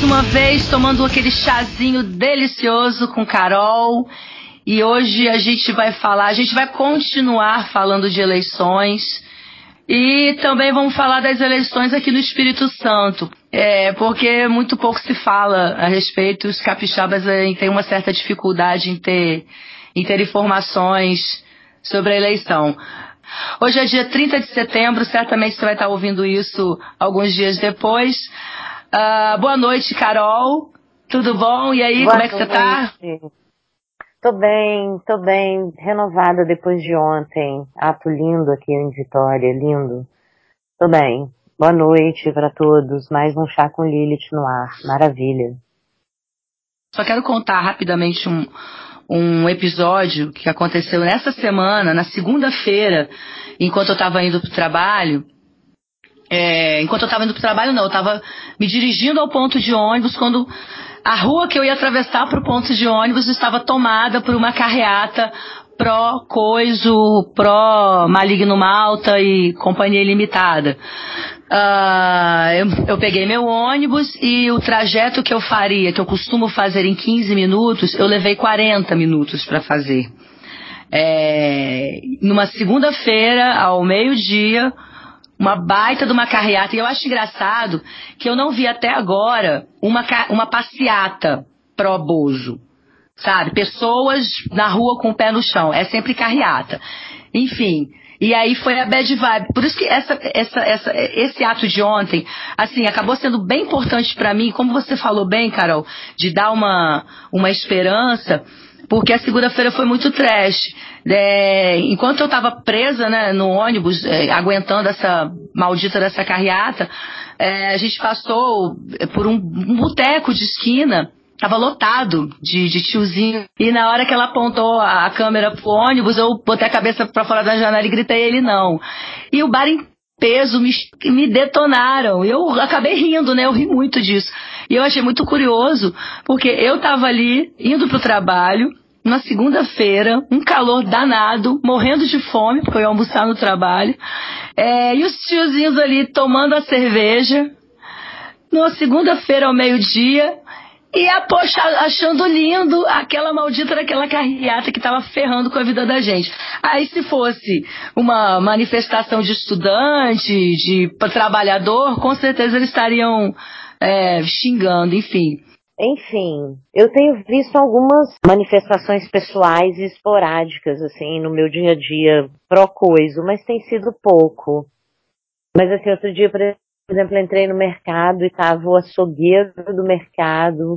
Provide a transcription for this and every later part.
uma vez tomando aquele chazinho delicioso com Carol. E hoje a gente vai continuar falando de eleições. E também vamos falar das eleições aqui no Espírito Santo. Porque muito pouco se fala a respeito. Os capixabas têm uma certa dificuldade em ter informações sobre a eleição. Hoje é dia 30 de setembro, certamente você vai estar ouvindo isso alguns dias depois. Boa noite, Carol. Tudo bom? E aí, como é que você tá? Tô bem. Renovada depois de ontem. Ato lindo aqui em Vitória, lindo. Tô bem. Boa noite para todos. Mais um Chá com Lilith no ar. Maravilha. Só quero contar rapidamente um episódio que aconteceu nessa semana, na segunda-feira, enquanto eu estava indo pro trabalho. Eu estava me dirigindo ao ponto de ônibus, quando a rua que eu ia atravessar para o ponto de ônibus estava tomada por uma carreata pró Maligno Malta e Companhia Ilimitada. Eu peguei meu ônibus e o trajeto que eu costumo fazer em 15 minutos, eu levei 40 minutos para fazer. Numa segunda-feira, ao meio-dia, uma baita de uma carreata. E eu acho engraçado que eu não vi até agora uma passeata pró-Bozo, sabe? Pessoas na rua com o pé no chão. É sempre carreata. Enfim, e aí foi a bad vibe. Por isso que esse ato de ontem, assim, acabou sendo bem importante pra mim, como você falou bem, Carol, de dar uma esperança, porque a segunda-feira foi muito trash. Enquanto eu estava presa, né, no ônibus, aguentando essa maldita dessa carreata, a gente passou por um boteco de esquina, tava lotado de tiozinho, e na hora que ela apontou a câmera pro ônibus, eu botei a cabeça pra fora da janela e gritei ele não. E o bar em peso me detonaram, eu acabei rindo, né, eu ri muito disso. E eu achei muito curioso, porque eu tava ali, indo pro trabalho, na segunda-feira, um calor danado, morrendo de fome, porque eu ia almoçar no trabalho, e os tiozinhos ali tomando a cerveja, numa segunda-feira ao meio-dia, e achando lindo aquela maldita daquela carreata que estava ferrando com a vida da gente. Aí se fosse uma manifestação de estudante, de trabalhador, com certeza eles estariam xingando, enfim. Enfim, eu tenho visto algumas manifestações pessoais e esporádicas, assim, no meu dia a dia, pró-coiso, mas tem sido pouco. Mas, assim, outro dia, por exemplo, entrei no mercado e tava o açougueiro do mercado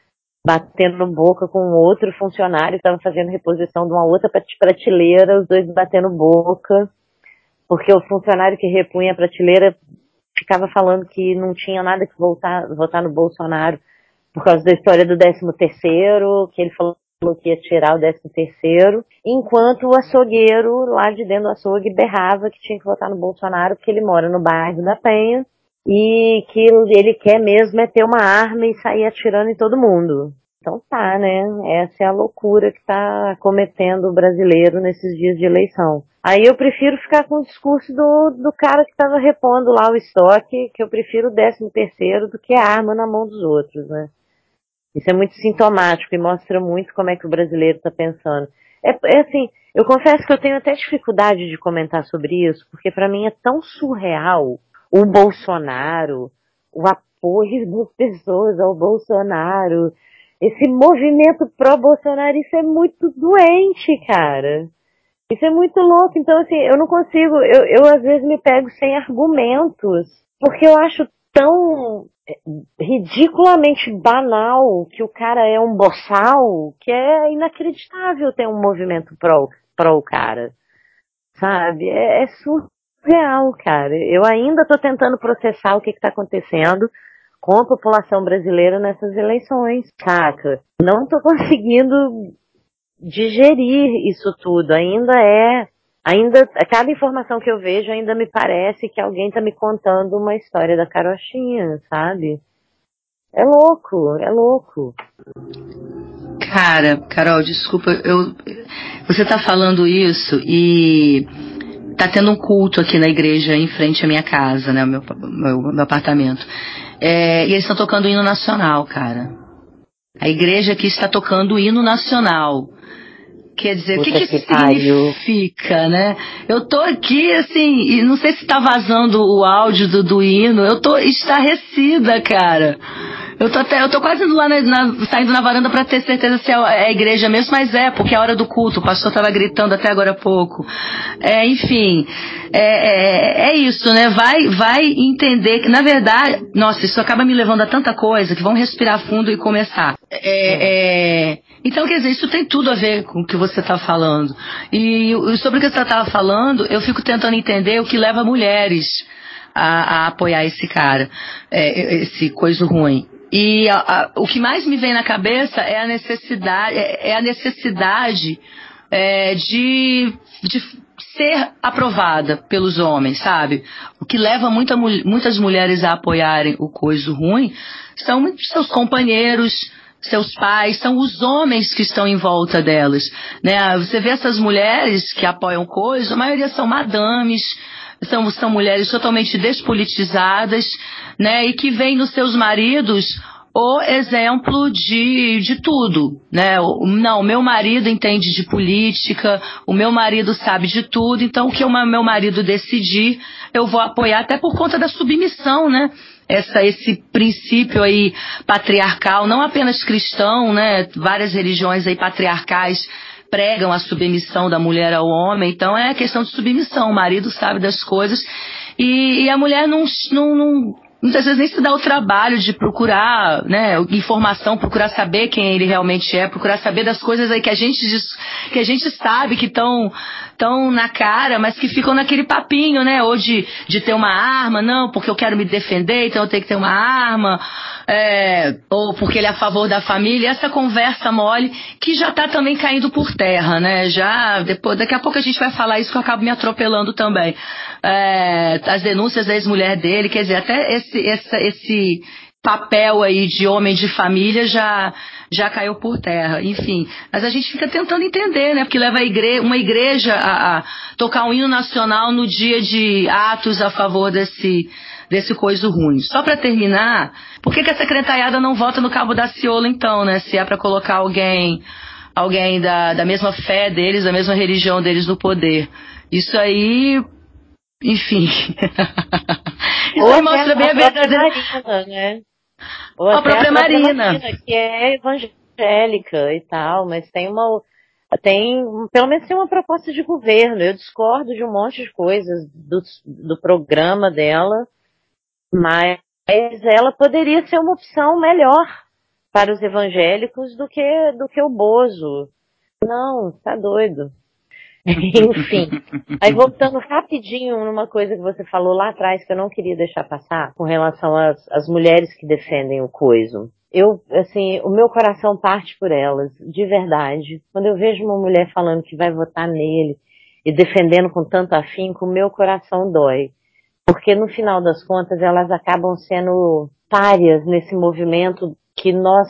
batendo boca com outro funcionário que estava fazendo reposição de uma outra prateleira, os dois batendo boca, porque o funcionário que repunha a prateleira ficava falando que não tinha nada que votar no Bolsonaro, por causa da história do 13º, que ele falou que ia tirar o 13º, enquanto o açougueiro lá de dentro do açougue berrava que tinha que votar no Bolsonaro porque ele mora no bairro da Penha e que ele quer mesmo é ter uma arma e sair atirando em todo mundo. Então tá, né? Essa é a loucura que tá cometendo o brasileiro nesses dias de eleição. Aí eu prefiro ficar com o discurso do cara que tava repondo lá o estoque, que eu prefiro o 13º do que a arma na mão dos outros, né? Isso é muito sintomático e mostra muito como é que o brasileiro está pensando. Assim, eu confesso que eu tenho até dificuldade de comentar sobre isso, porque para mim é tão surreal o Bolsonaro, o apoio das pessoas ao Bolsonaro, esse movimento pró-Bolsonaro, isso é muito doente, cara. Isso é muito louco. Então, assim, eu não consigo, eu às vezes me pego sem argumentos, porque eu acho tão ridiculamente banal que o cara é um boçal, que é inacreditável ter um movimento pró o cara, sabe? É surreal, cara. Eu ainda tô tentando processar o que tá acontecendo com a população brasileira nessas eleições, saca? Não tô conseguindo digerir isso tudo. Ainda, cada informação que eu vejo ainda me parece que alguém tá me contando uma história da carochinha, sabe? É louco. Cara, Carol, desculpa, você tá falando isso e tá tendo um culto aqui na igreja em frente à minha casa, né, meu apartamento. E eles estão tocando o hino nacional, cara. A igreja aqui está tocando o hino nacional. Quer dizer, o que isso significa, né? Eu tô aqui, assim, e não sei se tá vazando o áudio do hino, eu tô estarrecida, cara. Eu tô quase indo lá saindo na varanda pra ter certeza se é a igreja mesmo, mas porque é a hora do culto, o pastor tava gritando até agora há pouco. Enfim, é isso, né? Vai entender que, na verdade, nossa, isso acaba me levando a tanta coisa, que vamos respirar fundo e começar. Então, quer dizer, isso tem tudo a ver com o que você está falando. E sobre o que você estava falando, eu fico tentando entender o que leva mulheres a apoiar esse cara, esse coisa ruim. E o que mais me vem na cabeça é a necessidade de ser aprovada pelos homens, sabe? O que leva muitas mulheres a apoiarem o coisa ruim são seus companheiros, seus pais, são os homens que estão em volta delas, né? Você vê essas mulheres que apoiam coisa, a maioria são madames, são mulheres totalmente despolitizadas, né? E que veem nos seus maridos o exemplo de tudo, né? Não, meu marido entende de política, o meu marido sabe de tudo, então o que o meu marido decidir, eu vou apoiar até por conta da submissão, né? Esse princípio aí patriarcal, não apenas cristão, né? Várias religiões aí patriarcais pregam a submissão da mulher ao homem, então é questão de submissão, o marido sabe das coisas e a mulher muitas vezes nem se dá o trabalho de procurar, né, informação, procurar saber quem ele realmente é, procurar saber das coisas aí que a gente sabe que estão na cara, mas que ficam naquele papinho, né, ou de ter uma arma, não, porque eu quero me defender, então eu tenho que ter uma arma, ou porque ele é a favor da família, essa conversa mole que já está também caindo por terra, né, daqui a pouco a gente vai falar isso que eu acabo me atropelando também. As denúncias da ex-mulher dele, quer dizer, até esse papel aí de homem de família já caiu por terra, enfim. Mas a gente fica tentando entender, né, porque leva uma igreja a tocar um hino nacional no dia de atos a favor desse coisa ruim. Só para terminar, por que a secretariada não vota no Cabo da Ciolo então, né, se é para colocar alguém da mesma fé deles, da mesma religião deles no poder? Isso aí, enfim. Isso aí mostra bem a verdadeira Marina, né? Ou a própria Marina, que é evangélica e tal, mas pelo menos tem uma proposta de governo. Eu discordo de um monte de coisas do programa dela, mas ela poderia ser uma opção melhor para os evangélicos do que o Bozo. Não, tá doido. Enfim, aí voltando rapidinho numa coisa que você falou lá atrás que eu não queria deixar passar com relação às mulheres que defendem o coiso. O meu coração parte por elas, de verdade. Quando eu vejo uma mulher falando que vai votar nele e defendendo com tanto afinco, o meu coração dói. Porque no final das contas elas acabam sendo párias nesse movimento que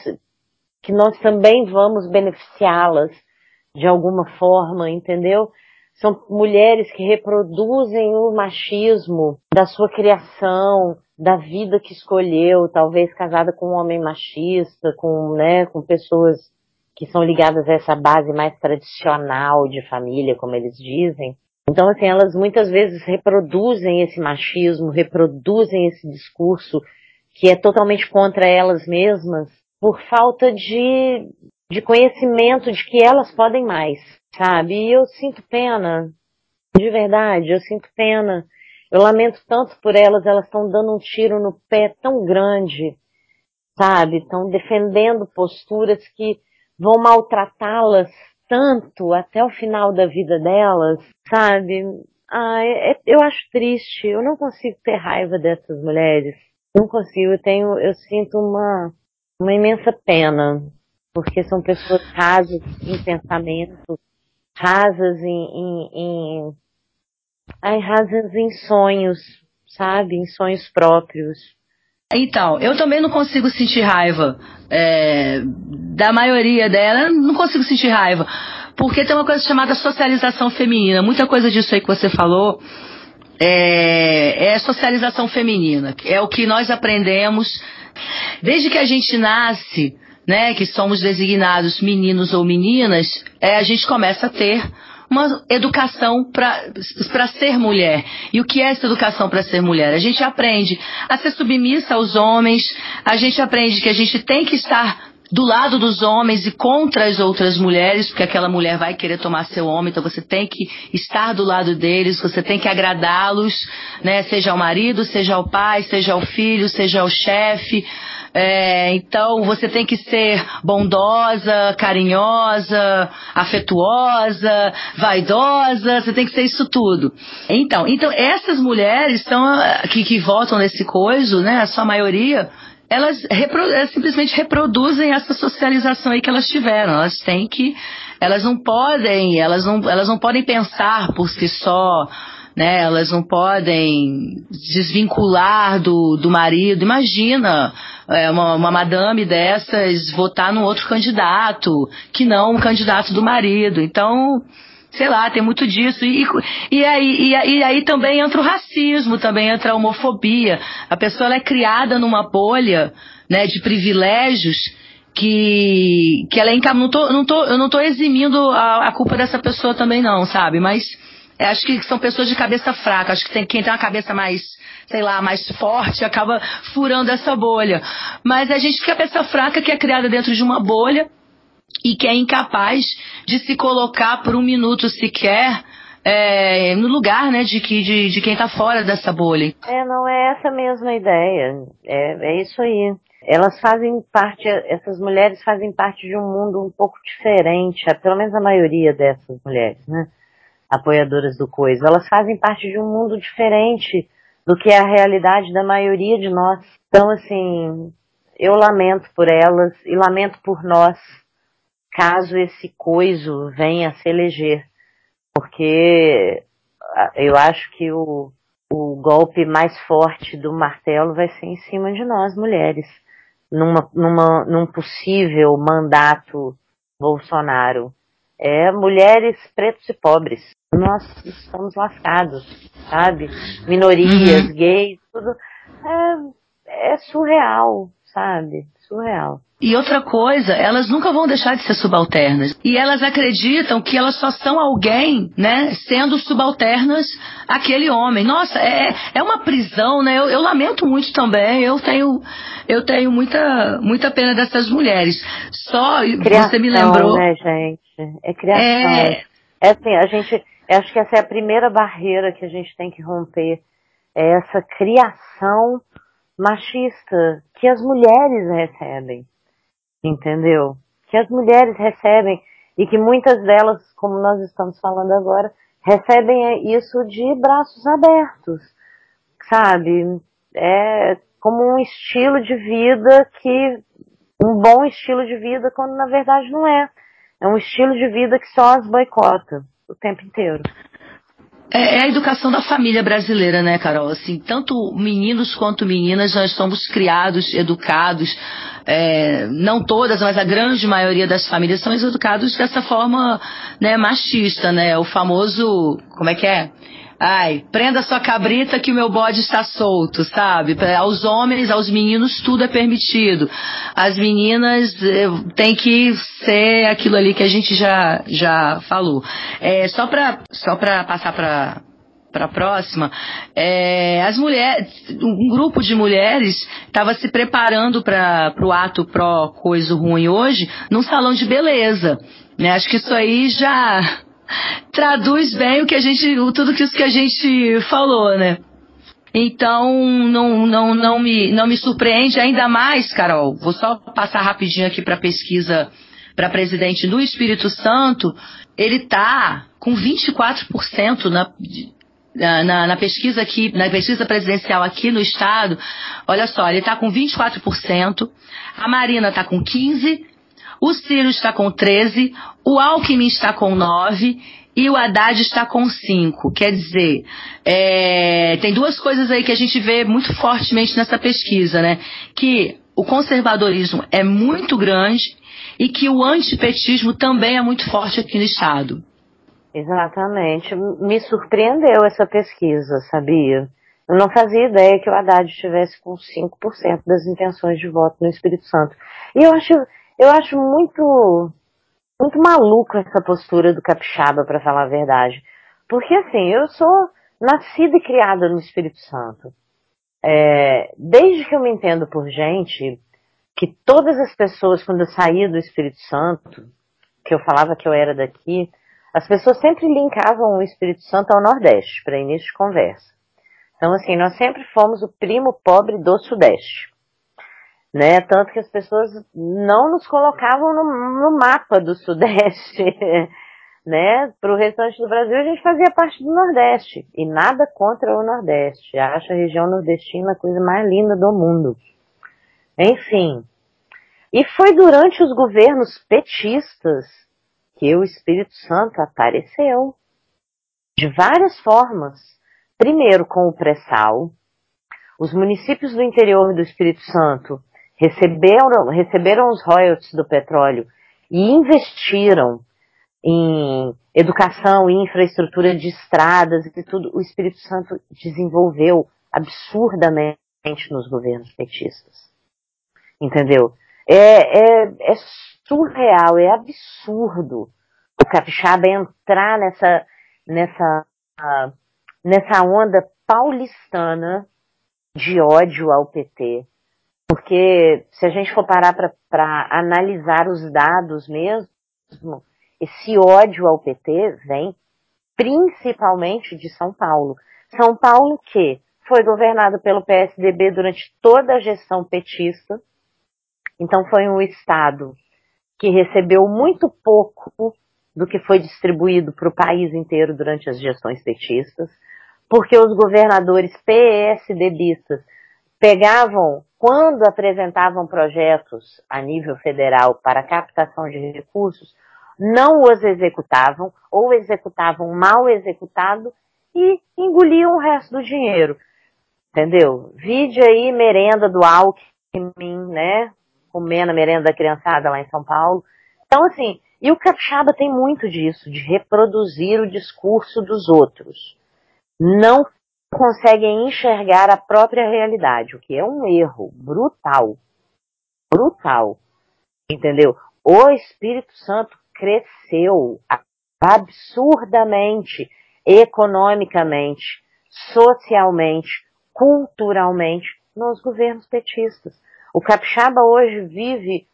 nós também vamos beneficiá-las de alguma forma, entendeu? São mulheres que reproduzem o machismo da sua criação, da vida que escolheu, talvez casada com um homem machista, com pessoas que são ligadas a essa base mais tradicional de família, como eles dizem. Então, assim, elas muitas vezes reproduzem esse machismo, reproduzem esse discurso que é totalmente contra elas mesmas, por falta de conhecimento de que elas podem mais, sabe? E eu sinto pena, de verdade, eu sinto pena. Eu lamento tanto por elas estão dando um tiro no pé tão grande, sabe? Estão defendendo posturas que vão maltratá-las tanto até o final da vida delas, sabe? Eu acho triste, eu não consigo ter raiva dessas mulheres. Não consigo, eu sinto uma imensa pena, porque são pessoas rasas em pensamento, rasas rasas em sonhos, sabe? Em sonhos próprios. Então, eu também não consigo sentir raiva da maioria dela, não consigo sentir raiva, porque tem uma coisa chamada socialização feminina, muita coisa disso aí que você falou é socialização feminina. É o que nós aprendemos desde que a gente nasce, né, que somos designados meninos ou meninas, a gente começa a ter uma educação para ser mulher. E o que é essa educação para ser mulher? A gente aprende a ser submissa aos homens, a gente aprende que a gente tem que estar do lado dos homens e contra as outras mulheres, porque aquela mulher vai querer tomar seu homem, então você tem que estar do lado deles, você tem que agradá-los, né? Seja o marido, seja o pai, seja o filho, seja o chefe. Então você tem que ser bondosa, carinhosa, afetuosa, vaidosa, você tem que ser isso tudo. Então essas mulheres que votam nesse coiso, né, a sua maioria, elas simplesmente reproduzem essa socialização aí que elas tiveram. Elas não podem pensar por si só, né? Elas não podem desvincular do marido. Imagina uma madame dessas votar num outro candidato que não um candidato do marido. Então, sei lá, tem muito disso. E aí também entra o racismo, também entra a homofobia. A pessoa, ela é criada numa bolha, né, de privilégios que ela é eu não tô eximindo a culpa dessa pessoa também não, sabe? Mas acho que são pessoas de cabeça fraca. Acho que quem tem uma cabeça mais, sei lá, mais forte acaba furando essa bolha. Mas a gente, cabeça fraca, que é criada dentro de uma bolha e que é incapaz de se colocar por um minuto sequer no lugar, né, de quem está fora dessa bolha. Não é essa mesma ideia. É isso aí. Essas mulheres fazem parte de um mundo um pouco diferente, pelo menos a maioria dessas mulheres, né, apoiadoras do coisa. Elas fazem parte de um mundo diferente do que é a realidade da maioria de nós. Então, assim, eu lamento por elas e lamento por nós, caso esse coiso venha a se eleger, porque eu acho que o golpe mais forte do martelo vai ser em cima de nós, mulheres, num possível mandato Bolsonaro. Mulheres, pretos e pobres. Nós estamos lascados, sabe? Minorias, gays, tudo. É surreal, sabe? Surreal. E outra coisa, elas nunca vão deixar de ser subalternas. E elas acreditam que elas só são alguém, né, sendo subalternas àquele homem. Nossa, é uma prisão, né? Eu lamento muito também. Eu tenho muita pena dessas mulheres. Só criação, você me lembrou, né, gente? É criação. Assim, acho que essa é a primeira barreira que a gente tem que romper. É essa criação machista que as mulheres recebem. Entendeu? Que as mulheres recebem e que muitas delas, como nós estamos falando agora, recebem isso de braços abertos, sabe? É como um estilo de vida um bom estilo de vida, quando na verdade não é. É um estilo de vida que só as boicota o tempo inteiro. É a educação da família brasileira, né, Carol? Assim, tanto meninos quanto meninas, nós somos criados, educados, não todas, mas a grande maioria das famílias são educados dessa forma, né, machista, né? O famoso, como é que é? Ai, prenda sua cabrita que o meu bode está solto, sabe? Aos homens, aos meninos, tudo é permitido. As meninas têm que ser aquilo ali que a gente já falou. Só pra passar pra próxima, as mulheres, um grupo de mulheres estava se preparando para o ato pró coisa ruim hoje num salão de beleza, né? Acho que isso aí já traduz bem tudo isso que a gente falou, né? Então não me surpreende ainda mais, Carol. Vou só passar rapidinho aqui para pesquisa para presidente do Espírito Santo. Ele tá com 24% na pesquisa aqui, na pesquisa presidencial aqui no estado. Olha só, ele tá com 24%, a Marina tá com 15%, o Ciro está com 13%, o Alckmin está com 9% e o Haddad está com 5%. Quer dizer, tem duas coisas aí que a gente vê muito fortemente nessa pesquisa, né? Que o conservadorismo é muito grande e que o antipetismo também é muito forte aqui no estado. Exatamente. Me surpreendeu essa pesquisa, sabia? Eu não fazia ideia que o Haddad estivesse com 5% das intenções de voto no Espírito Santo. E eu acho muito, muito maluco essa postura do capixaba, para falar a verdade. Porque assim, eu sou nascida e criada no Espírito Santo. Desde que eu me entendo por gente, que todas as pessoas, quando eu saía do Espírito Santo, que eu falava que eu era daqui, as pessoas sempre linkavam o Espírito Santo ao Nordeste, para início de conversa. Então, assim, nós sempre fomos o primo pobre do Sudeste, né? Tanto que as pessoas não nos colocavam no mapa do Sudeste, né? Para o restante do Brasil, a gente fazia parte do Nordeste. E nada contra o Nordeste. Acho a região nordestina a coisa mais linda do mundo. Enfim. E foi durante os governos petistas que o Espírito Santo apareceu. De várias formas. Primeiro com o pré-sal. Os municípios do interior do Espírito Santo receberam os royalties do petróleo e investiram em educação e infraestrutura de estradas e tudo. O Espírito Santo desenvolveu absurdamente nos governos petistas. Entendeu? É surreal, é absurdo o capixaba entrar nessa onda paulistana de ódio ao PT. Porque se a gente for parar para analisar os dados mesmo, esse ódio ao PT vem principalmente de São Paulo. São Paulo que foi governado pelo PSDB durante toda a gestão petista. Então foi um estado que recebeu muito pouco do que foi distribuído para o país inteiro durante as gestões petistas, porque os governadores PSDBistas pegavam, quando apresentavam projetos a nível federal para captação de recursos, não os executavam, ou executavam mal executado e engoliam o resto do dinheiro. Entendeu? Vide aí merenda do Alckmin, né? Comendo a merenda da criançada lá em São Paulo. Então, assim, e o capixaba tem muito disso, de reproduzir o discurso dos outros. Não conseguem enxergar a própria realidade, o que é um erro brutal. Brutal. Entendeu? O Espírito Santo cresceu absurdamente, economicamente, socialmente, culturalmente, nos governos petistas. O capixaba hoje vive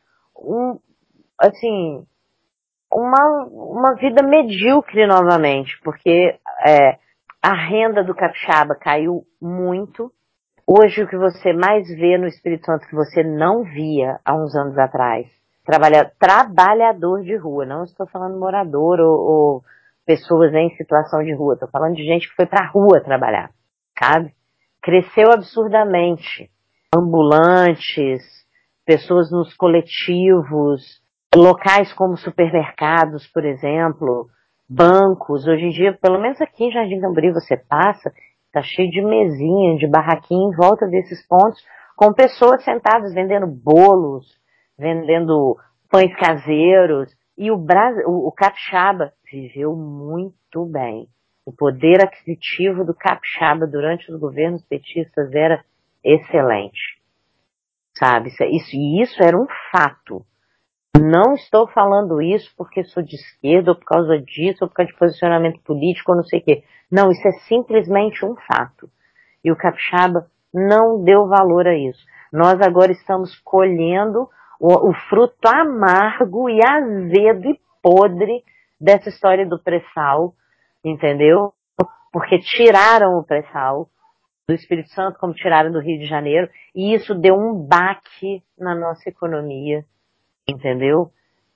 uma vida medíocre novamente, porque a renda do capixaba caiu muito. Hoje o que você mais vê no Espírito Santo que você não via há uns anos atrás, trabalhador de rua, não estou falando morador ou pessoas em situação de rua, estou falando de gente que foi para a rua trabalhar, sabe? Cresceu absurdamente. Ambulantes, pessoas nos coletivos, locais como supermercados, por exemplo, bancos. Hoje em dia, pelo menos aqui em Jardim Camboriú, você passa, tá cheio de mesinha, de barraquinha em volta desses pontos, com pessoas sentadas vendendo bolos, vendendo pães caseiros. E o capixaba viveu muito bem. O poder aquisitivo do capixaba durante os governos petistas era excelente. Sabe? Isso era um fato. Não estou falando isso porque sou de esquerda, ou por causa disso, ou por causa de posicionamento político, ou não sei o quê. Não, isso é simplesmente um fato. E o capixaba não deu valor a isso. Nós agora estamos colhendo o fruto amargo e azedo e podre dessa história do pré-sal, entendeu? Porque tiraram o pré-sal do Espírito Santo, como tiraram do Rio de Janeiro, e isso deu um baque na nossa economia, entendeu?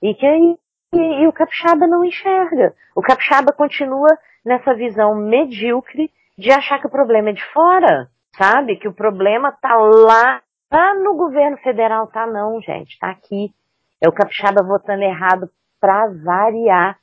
E o capixaba não enxerga. O capixaba continua nessa visão medíocre de achar que o problema é de fora, sabe? Que o problema tá lá no governo federal. Tá não, gente, tá aqui. É o capixaba votando errado pra variar.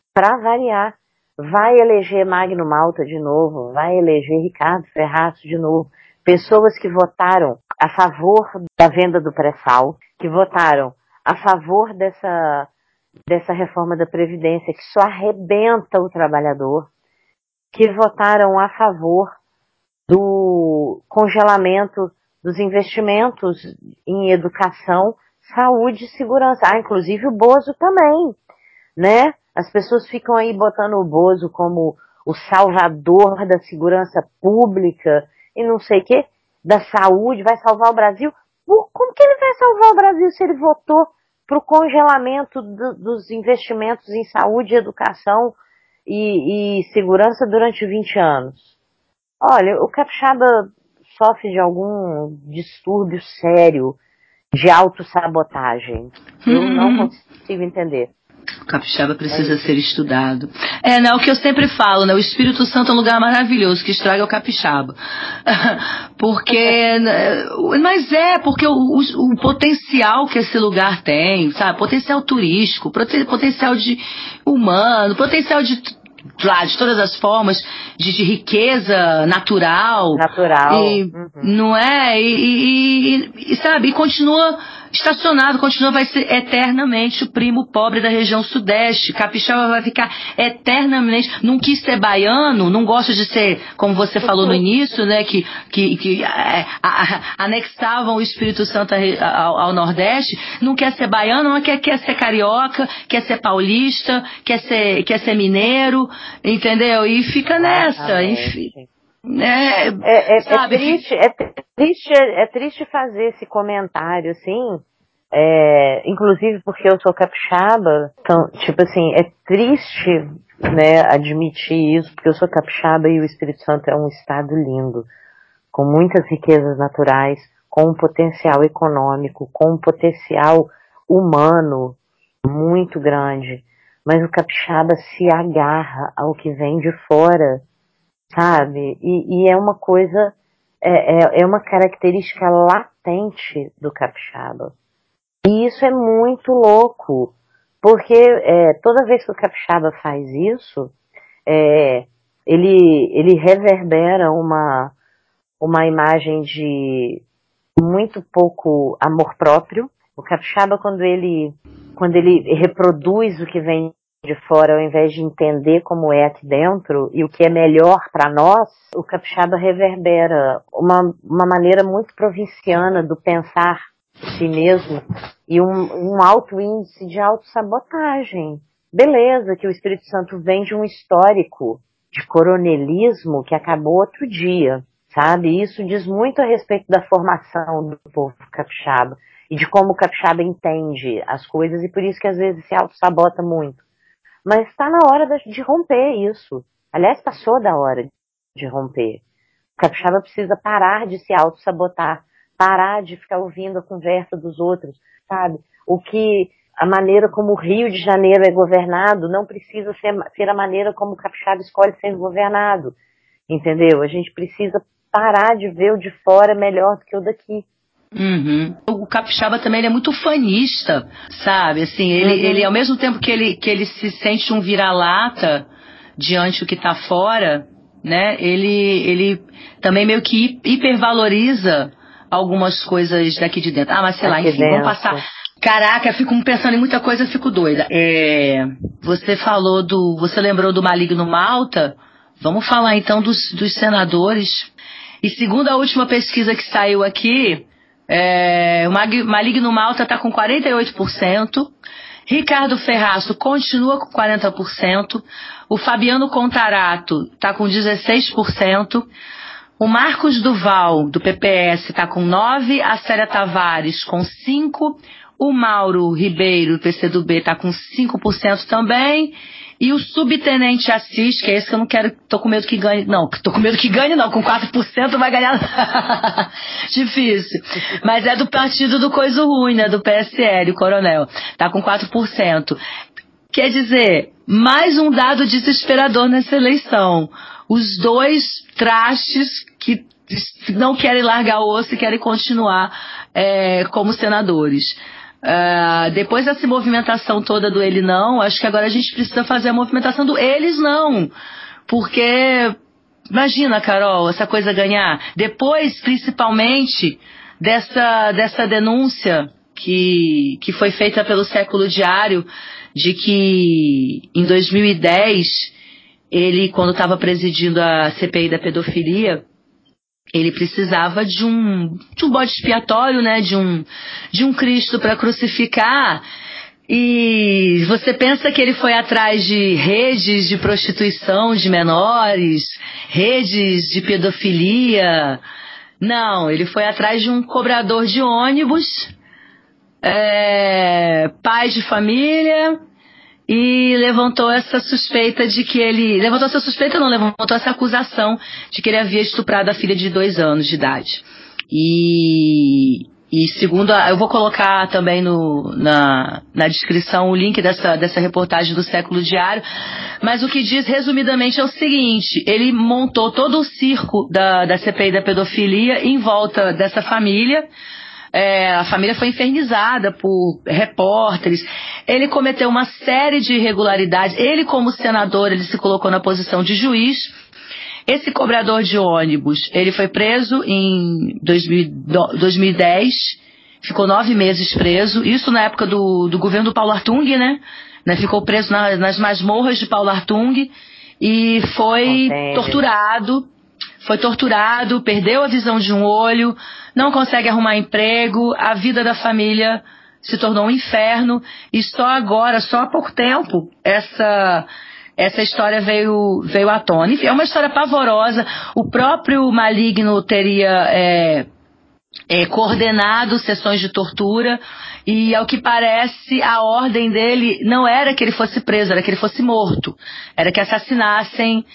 Vai eleger Magno Malta de novo, vai eleger Ricardo Ferraz de novo. Pessoas que votaram a favor da venda do pré-sal, que votaram a favor dessa reforma da Previdência, que só arrebenta o trabalhador, que votaram a favor do congelamento dos investimentos em educação, saúde e segurança. Inclusive o Bozo também, né? As pessoas ficam aí botando o Bozo como o salvador da segurança pública e não sei o quê, da saúde, vai salvar o Brasil. Como que ele vai salvar o Brasil se ele votou para o congelamento dos investimentos em saúde, educação e segurança durante 20 anos? Olha, o capixaba sofre de algum distúrbio sério de autossabotagem. Eu não consigo entender. O capixaba precisa ser estudado. O que eu sempre falo, né? O Espírito Santo é um lugar maravilhoso, que estraga o capixaba. Porque, porque o potencial que esse lugar tem, sabe? Potencial turístico, potencial de humano, potencial de todas as formas de riqueza natural. Não é? E sabe, e continua estacionado, vai ser eternamente o primo pobre da região sudeste. Capixaba vai ficar eternamente, não quis ser baiano, não gosta de ser, como você falou no início, né, que anexavam o Espírito Santo ao Nordeste, não quer ser baiano, não quer ser carioca, quer ser paulista, quer ser mineiro, entendeu? E fica nessa, enfim. É triste fazer esse comentário, assim, inclusive porque eu sou capixaba, então, tipo assim, é triste, né, admitir isso, porque eu sou capixaba e o Espírito Santo é um estado lindo, com muitas riquezas naturais, com um potencial econômico, com um potencial humano muito grande, mas o capixaba se agarra ao que vem de fora, sabe? E é uma coisa, é uma característica latente do capixaba. E isso é muito louco, porque toda vez que o capixaba faz isso, ele reverbera uma imagem de muito pouco amor próprio. O capixaba, quando ele reproduz o que vem de fora, ao invés de entender como é aqui dentro e o que é melhor para nós, o capixaba reverbera uma maneira muito provinciana do pensar si mesmo e um alto índice de autossabotagem. Beleza, que o Espírito Santo vem de um histórico de coronelismo que acabou outro dia, sabe? Isso diz muito a respeito da formação do povo capixaba e de como o capixaba entende as coisas e por isso que às vezes se autossabota muito. Mas está na hora de romper isso. Aliás, passou da hora de romper. O capixaba precisa parar de se auto-sabotar, parar de ficar ouvindo a conversa dos outros, sabe? A maneira como o Rio de Janeiro é governado não precisa ser a maneira como o capixaba escolhe ser governado, entendeu? A gente precisa parar de ver o de fora melhor do que o daqui. Uhum. O capixaba também ele é muito fanista, sabe? Assim, ele ao mesmo tempo que ele se sente um vira-lata diante do que está fora, né? Ele também meio que hipervaloriza algumas coisas daqui de dentro. Mas sei lá, enfim, vamos passar. Caraca, eu fico pensando em muita coisa, eu fico doida. Você lembrou do Maligno Malta? Vamos falar então dos senadores. E segundo a última pesquisa que saiu aqui, o Maligno Malta está com 48%, Ricardo Ferraço continua com 40%, o Fabiano Contarato está com 16%, o Marcos Duval, do PPS, está com 9%, a Célia Tavares com 5%, o Mauro Ribeiro, do PCdoB, está com 5% também, e o subtenente Assis, que é esse que eu não quero, tô com medo que ganhe, não, com 4% vai ganhar, difícil, mas é do partido do Coisa Ruim, né, do PSL, o coronel, tá com 4%. Quer dizer, mais um dado desesperador nessa eleição. Os dois trastes que não querem largar o osso e querem continuar como senadores. Depois dessa movimentação toda do ele não, acho que agora a gente precisa fazer a movimentação do eles não. Porque, imagina, Carol, essa coisa ganhar. Depois, principalmente, dessa denúncia que foi feita pelo Século Diário, de que em 2010, ele, quando estava presidindo a CPI da pedofilia, ele precisava de um bode expiatório, né, de um Cristo para crucificar. E você pensa que ele foi atrás de redes de prostituição de menores, redes de pedofilia? Não, ele foi atrás de um cobrador de ônibus, pai de família, e levantou essa suspeita de que ele... Levantou essa acusação de que ele havia estuprado a filha de 2 anos de idade. E segundo, eu vou colocar também na descrição o link dessa reportagem do Século Diário, mas o que diz resumidamente é o seguinte: ele montou todo o circo da CPI da pedofilia em volta dessa família. A família foi infernizada por repórteres. Ele cometeu uma série de irregularidades. Ele, como senador, ele se colocou na posição de juiz. Esse cobrador de ônibus, ele foi preso em 2010, ficou 9 meses preso, isso na época do governo do Paulo Artung, né? Ficou preso nas masmorras de Paulo Artung e foi torturado, perdeu a visão de um olho, não consegue arrumar emprego, a vida da família se tornou um inferno, e só há pouco tempo, essa história veio à tona. Enfim, é uma história pavorosa. O próprio Maligno teria coordenado sessões de tortura, e ao que parece a ordem dele não era que ele fosse preso, era que ele fosse morto, era que assassinassem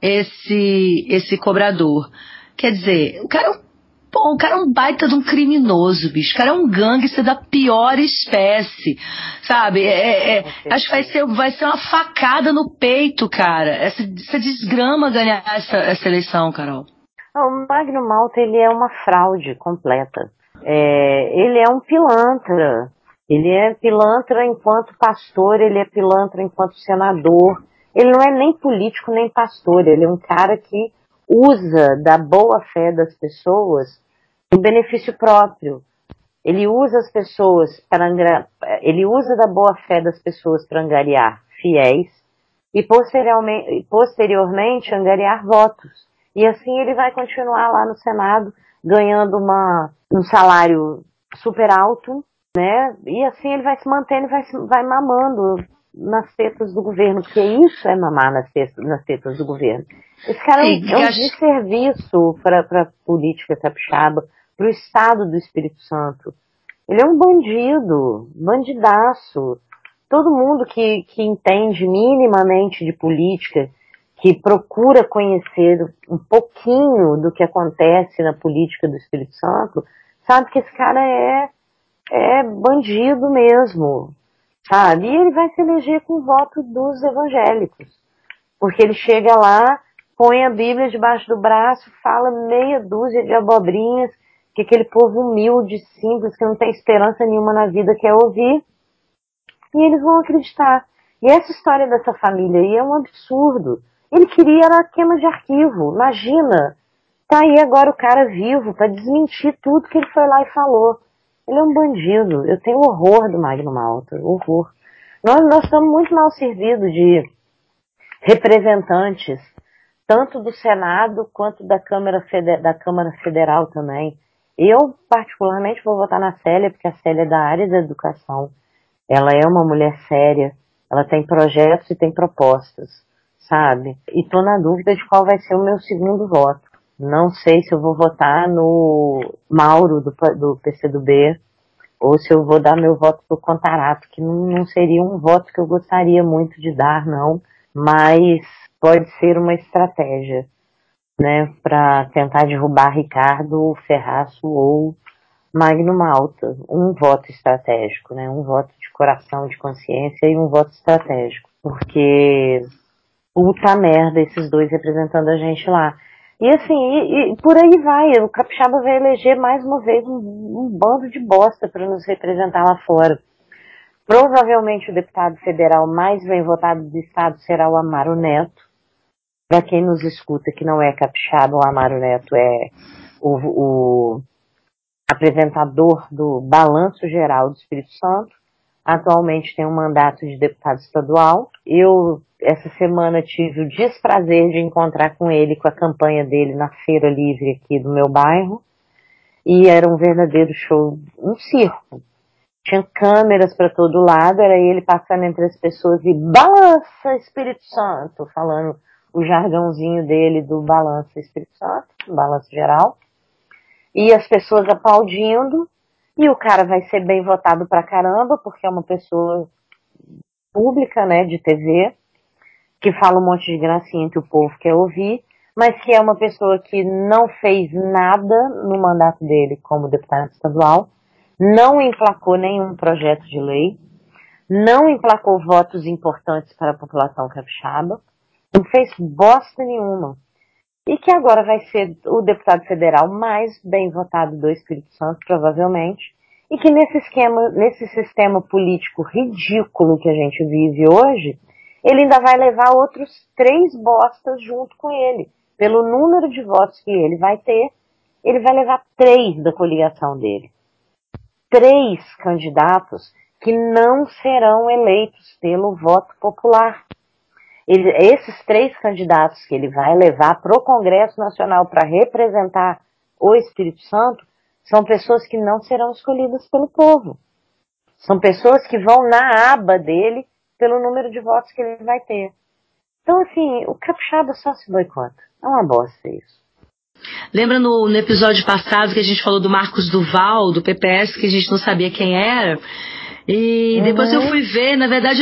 esse cobrador. Quer dizer, o cara é um baita de um criminoso, bicho. O cara é um gangster da pior espécie, sabe? Acho que vai ser uma facada no peito, cara. Essa desgrama ganhar essa eleição, Carol. O Magno Malta, ele é uma fraude completa. Ele é um pilantra. Ele é pilantra enquanto pastor, ele é pilantra enquanto senador. Ele não é nem político nem pastor, ele é um cara que usa da boa fé das pessoas em benefício próprio. Ele usa as pessoas ele usa da boa fé das pessoas para angariar fiéis e posteriormente angariar votos. E assim ele vai continuar lá no Senado ganhando um salário super alto, né? E assim ele vai se mantendo e vai mamando nas tetas do governo, porque isso é mamar nas tetas do governo. Esse cara é um desserviço para a política capixaba, para o Estado do Espírito Santo. Ele é um bandidaço. Todo mundo que entende minimamente de política, que procura conhecer um pouquinho do que acontece na política do Espírito Santo, sabe que esse cara é bandido mesmo, sabe? E ele vai se eleger com o voto dos evangélicos, porque ele chega lá, põe a Bíblia debaixo do braço, fala meia dúzia de abobrinhas, que aquele povo humilde, simples, que não tem esperança nenhuma na vida quer ouvir, e eles vão acreditar. E essa história dessa família aí é um absurdo. Ele queria era queima de arquivo, imagina. Tá aí agora o cara vivo para desmentir tudo que ele foi lá e falou. Ele é um bandido. Eu tenho horror do Magno Malta, horror. Nós estamos muito mal servidos de representantes, tanto do Senado quanto da Câmara Federal também. Eu, particularmente, vou votar na Célia, porque a Célia é da área da educação. Ela é uma mulher séria, ela tem projetos e tem propostas, sabe? E tô na dúvida de qual vai ser o meu segundo voto. Não sei se eu vou votar no Mauro, do PCdoB, ou se eu vou dar meu voto pro Contarato, que não seria um voto que eu gostaria muito de dar, não, mas pode ser uma estratégia, né, para tentar derrubar Ricardo Ferraço ou Magno Malta. Um voto estratégico, né, um voto de coração, de consciência e um voto estratégico, porque puta merda esses dois representando a gente lá. E assim, e por aí vai, o Capixaba vai eleger mais uma vez um bando de bosta para nos representar lá fora. Provavelmente o deputado federal mais bem votado do estado será o Amaro Neto. Para quem nos escuta que não é capixaba, o Amaro Neto é o apresentador do Balanço Geral do Espírito Santo. atualmente tem um mandato de deputado estadual. Eu, essa semana, tive o desprazer de encontrar com ele, com a campanha dele na Feira Livre aqui do meu bairro. E era um verdadeiro show, um circo. Tinha câmeras para todo lado, era ele passando entre as pessoas e balança Espírito Santo, falando o jargãozinho dele do balança Espírito Santo, balanço geral. E as pessoas aplaudindo, e o cara vai ser bem votado pra caramba, porque é uma pessoa pública, né, de TV, que fala um monte de gracinha que o povo quer ouvir, mas que é uma pessoa que não fez nada no mandato dele como deputado estadual, não emplacou nenhum projeto de lei, não emplacou votos importantes para a população capixaba, não fez bosta nenhuma. E que agora vai ser o deputado federal mais bem votado do Espírito Santo, provavelmente, e que nesse sistema político ridículo que a gente vive hoje, ele ainda vai levar outros 3 bostas junto com ele. Pelo número de votos que ele vai ter, ele vai levar 3 da coligação dele. 3 candidatos que não serão eleitos pelo voto popular. Esses 3 candidatos que ele vai levar para o Congresso Nacional para representar o Espírito Santo são pessoas que não serão escolhidas pelo povo. São pessoas que vão na aba dele pelo número de votos que ele vai ter. Então, assim, o capixaba só se boicota. É uma bosta isso. Lembra no episódio passado que a gente falou do Marcos Duval, do PPS, que a gente não sabia quem era? E depois eu fui ver, na verdade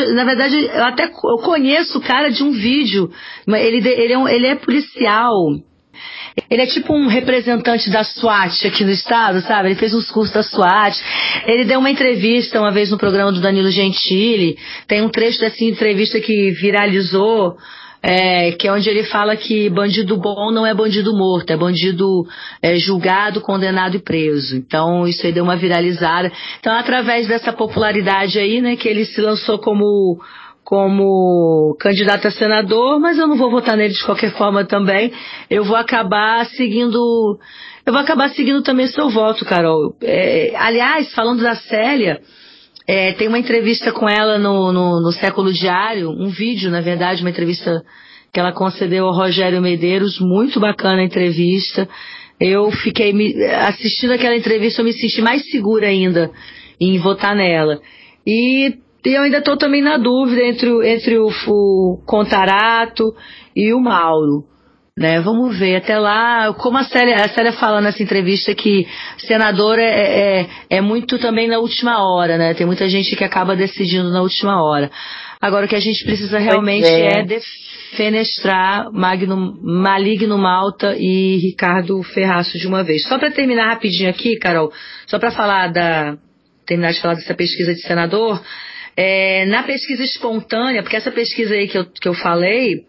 eu conheço o cara de um vídeo. Ele é policial. Ele é tipo um representante da SWAT aqui no estado, sabe? Ele fez uns cursos da SWAT. Ele deu uma entrevista uma vez no programa do Danilo Gentili. Tem um trecho dessa entrevista que viralizou, que é onde ele fala que bandido bom não é bandido morto, é bandido julgado, condenado e preso. Então isso aí deu uma viralizada. Então através dessa popularidade aí, né, que ele se lançou como candidato a senador, mas eu não vou votar nele de qualquer forma também. Eu vou acabar seguindo também seu voto, Carol. Aliás, falando da Célia, tem uma entrevista com ela no Século Diário, um vídeo, na verdade, uma entrevista que ela concedeu ao Rogério Medeiros, muito bacana a entrevista. Eu fiquei assistindo aquela entrevista, eu me senti mais segura ainda em votar nela. E eu ainda estou também na dúvida entre o Contarato e o Mauro, né? Vamos ver. Até lá, como a Célia fala nessa entrevista que senador é muito também na última hora, né? Tem muita gente que acaba decidindo na última hora. Agora, o que a gente precisa realmente é defenestrar Maligno Malta e Ricardo Ferraço de uma vez. Só para terminar rapidinho aqui, Carol, só para terminar de falar dessa pesquisa de senador, na pesquisa espontânea, porque essa pesquisa aí que eu falei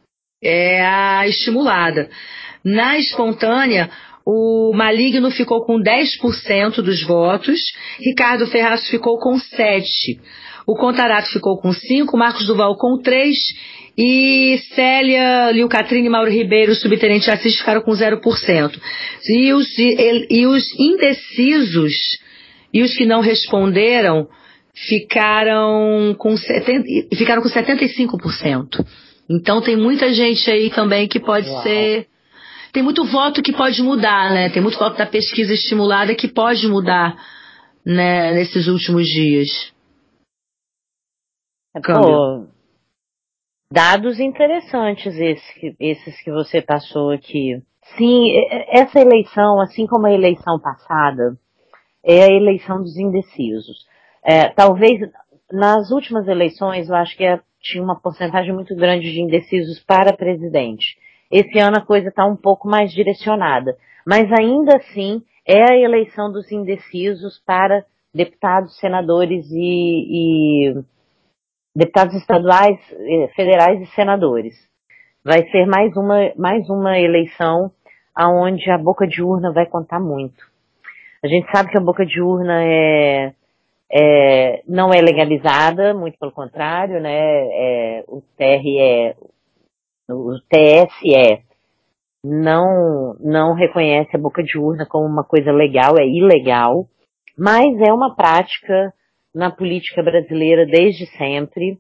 é a estimulada. Na espontânea, o Maligno ficou com 10% dos votos, Ricardo Ferraço ficou com 7%, o Contarato ficou com 5%, Marcos Duval com 3%, e Célia, Lil Catrine, Mauro Ribeiro, subtenente Assis ficaram com 0%. E os indecisos e os que não responderam ficaram com 75%. Então tem muita gente aí também que pode ser... Tem muito voto que pode mudar, né? Tem muito voto da pesquisa estimulada que pode mudar, né, nesses últimos dias. Pô, dados interessantes esses que você passou aqui. Sim, essa eleição, assim como a eleição passada, é a eleição dos indecisos. Talvez nas últimas eleições eu acho que tinha uma porcentagem muito grande de indecisos para presidente. Esse ano a coisa está um pouco mais direcionada, mas ainda assim é a eleição dos indecisos para deputados, senadores e deputados estaduais, federais e senadores. Vai ser mais uma eleição aonde a boca de urna vai contar muito. A gente sabe que a boca de urna não é legalizada, muito pelo contrário, né? O TSE não reconhece a boca de urna como uma coisa legal, é ilegal, mas é uma prática na política brasileira desde sempre.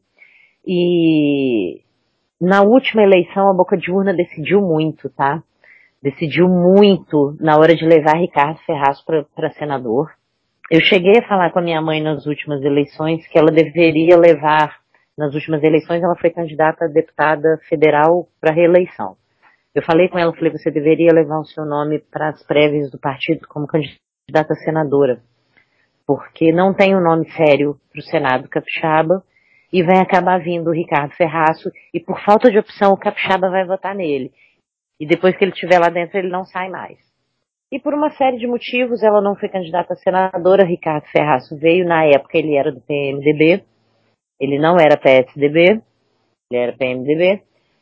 E na última eleição a boca de urna decidiu muito, tá? Decidiu muito na hora de levar Ricardo Ferraz para senador. Eu cheguei a falar com a minha mãe nas últimas eleições que ela deveria levar, nas últimas eleições ela foi candidata a deputada federal para reeleição. Eu falei com ela, falei, você deveria levar o seu nome para as prévias do partido como candidata a senadora, porque não tem um nome sério para o Senado capixaba e vai acabar vindo o Ricardo Ferraço e por falta de opção o capixaba vai votar nele. E depois que ele estiver lá dentro ele não sai mais. E por uma série de motivos ela não foi candidata a senadora. Ricardo Ferraço veio, na época ele era do PMDB, ele não era PSDB, ele era PMDB.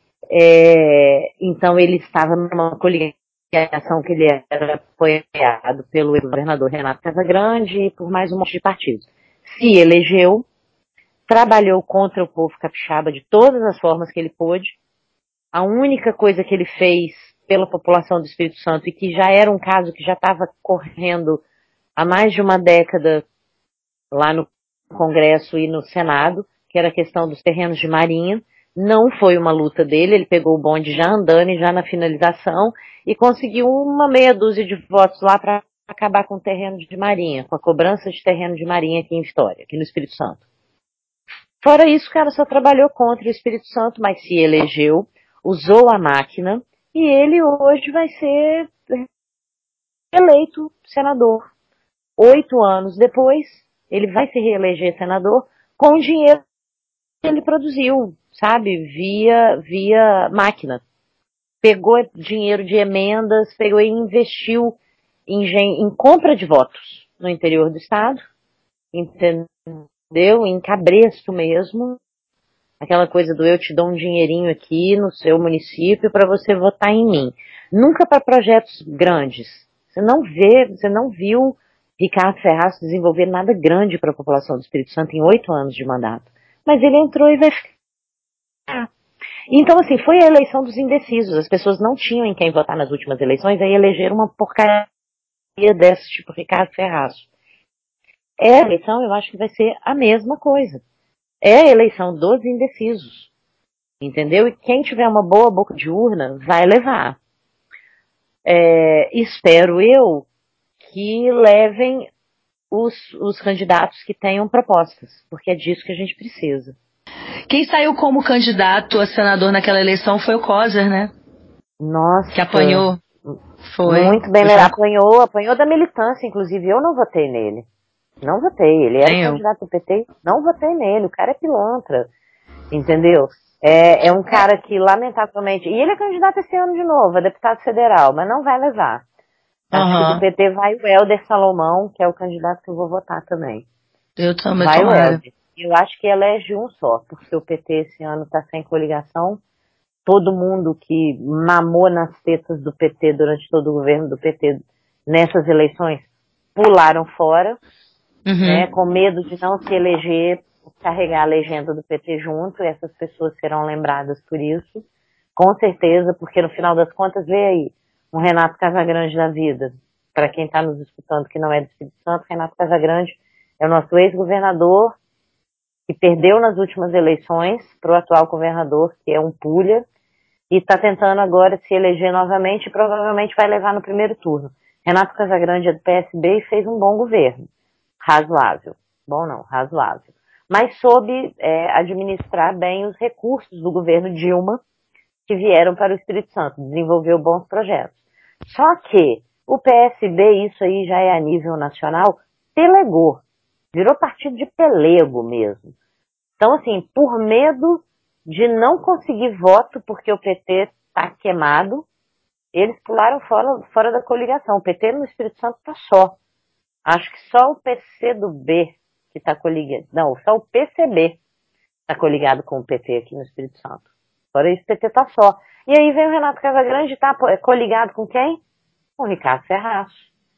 Então ele estava numa coligação que ele era apoiado pelo governador Renato Casagrande e por mais um monte de partidos. Se elegeu, trabalhou contra o povo capixaba de todas as formas que ele pôde. A única coisa que ele fez pela população do Espírito Santo, e que já era um caso que já estava correndo há mais de uma década lá no Congresso e no Senado, que era a questão dos terrenos de marinha, não foi uma luta dele, ele pegou o bonde já andando e já na finalização e conseguiu uma meia dúzia de votos lá para acabar com o terreno de marinha, com a cobrança de terreno de marinha aqui em Vitória, aqui no Espírito Santo. Fora isso, o cara só trabalhou contra o Espírito Santo, mas se elegeu, usou a máquina e ele hoje vai ser eleito senador. 8 anos depois, ele vai se reeleger senador com o dinheiro que ele produziu, sabe, via máquina. Pegou dinheiro de emendas, pegou e investiu em compra de votos no interior do estado, entendeu? Em cabresto mesmo. Aquela coisa do eu te dou um dinheirinho aqui no seu município para você votar em mim. Nunca para projetos grandes. Você não viu Ricardo Ferraz desenvolver nada grande para a população do Espírito Santo em 8 anos de mandato. Mas ele entrou e vai ficar. Então, assim, foi a eleição dos indecisos. As pessoas não tinham em quem votar nas últimas eleições, aí elegeram uma porcaria desse tipo Ricardo Ferraz. A eleição, eu acho que vai ser a mesma coisa. É a eleição dos indecisos, entendeu? E quem tiver uma boa boca de urna vai levar. Espero eu que levem os candidatos que tenham propostas, porque é disso que a gente precisa. Quem saiu como candidato a senador naquela eleição foi o Coser, né? Nossa. Que apanhou. Foi. Muito bem, ele apanhou da militância, inclusive eu não votei nele. Não votei, ele era candidato do PT, não votei nele, o cara é pilantra, entendeu? É um cara que, lamentavelmente, e ele é candidato esse ano de novo, a deputado federal, mas não vai levar. Acho que do PT vai o Helder Salomão, que é o candidato que eu vou votar também. Eu também. Vai o Helder. Eu acho que elege um só, porque o PT esse ano está sem coligação. Todo mundo que mamou nas tetas do PT durante todo o governo do PT nessas eleições pularam fora. Né, com medo de não se eleger, carregar a legenda do PT junto, e essas pessoas serão lembradas por isso, com certeza, porque no final das contas, vê aí, um Renato Casagrande da vida, para quem está nos escutando que não é do Espírito Santo, Renato Casagrande é o nosso ex-governador, que perdeu nas últimas eleições para o atual governador, que é um pulha, e está tentando agora se eleger novamente, e provavelmente vai levar no primeiro turno. Renato Casagrande é do PSB e fez um bom governo. Razoável. Bom não, razoável. Mas soube administrar bem os recursos do governo Dilma que vieram para o Espírito Santo. Desenvolveu bons projetos. Só que o PSB, isso aí já é a nível nacional, pelegou. Virou partido de pelego mesmo. Então, assim, por medo de não conseguir voto porque o PT está queimado, eles pularam fora da coligação. O PT no Espírito Santo está só. Acho que só o PCdoB que está coligado. Não, só o PCB está coligado com o PT aqui no Espírito Santo. Fora isso, o PT tá só. E aí vem o Renato Casagrande e tá coligado com quem? Com o Ricardo Ferraz.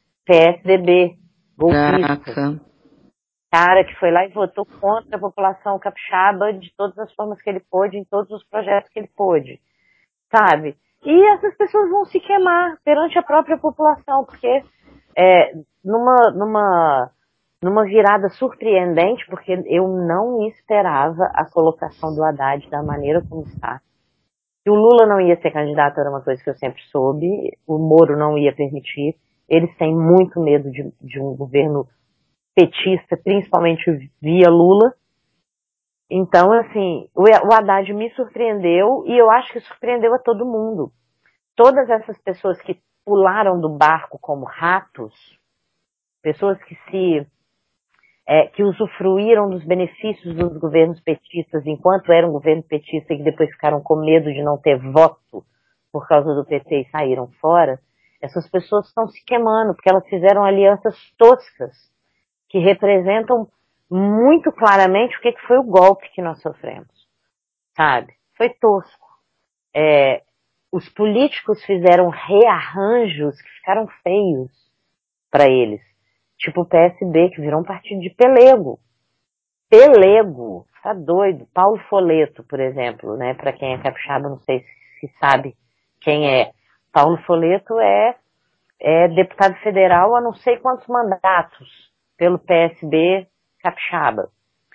PSDB. Golpista. Cara que foi lá e votou contra a população capixaba de todas as formas que ele pôde, em todos os projetos que ele pôde. Sabe? E essas pessoas vão se queimar perante a própria população, porque numa numa virada surpreendente, porque eu não esperava a colocação do Haddad da maneira como está. Que o Lula não ia ser candidato era uma coisa que eu sempre soube, o Moro não ia permitir, eles têm muito medo de um governo petista, principalmente via Lula. Então, assim, o Haddad me surpreendeu e eu acho que surpreendeu a todo mundo. Todas essas pessoas que pularam do barco como ratos, pessoas que usufruíram dos benefícios dos governos petistas enquanto era um governo petista e que depois ficaram com medo de não ter voto por causa do PT e saíram fora, essas pessoas estão se queimando porque elas fizeram alianças toscas que representam muito claramente o que foi o golpe que nós sofremos, sabe? Foi tosco. Os políticos fizeram rearranjos que ficaram feios para eles. Tipo o PSB, que virou um partido de pelego. Pelego, tá doido. Paulo Foleto, por exemplo, né? Para quem é capixaba, não sei se sabe quem é. Paulo Foleto é deputado federal há não sei quantos mandatos pelo PSB capixaba.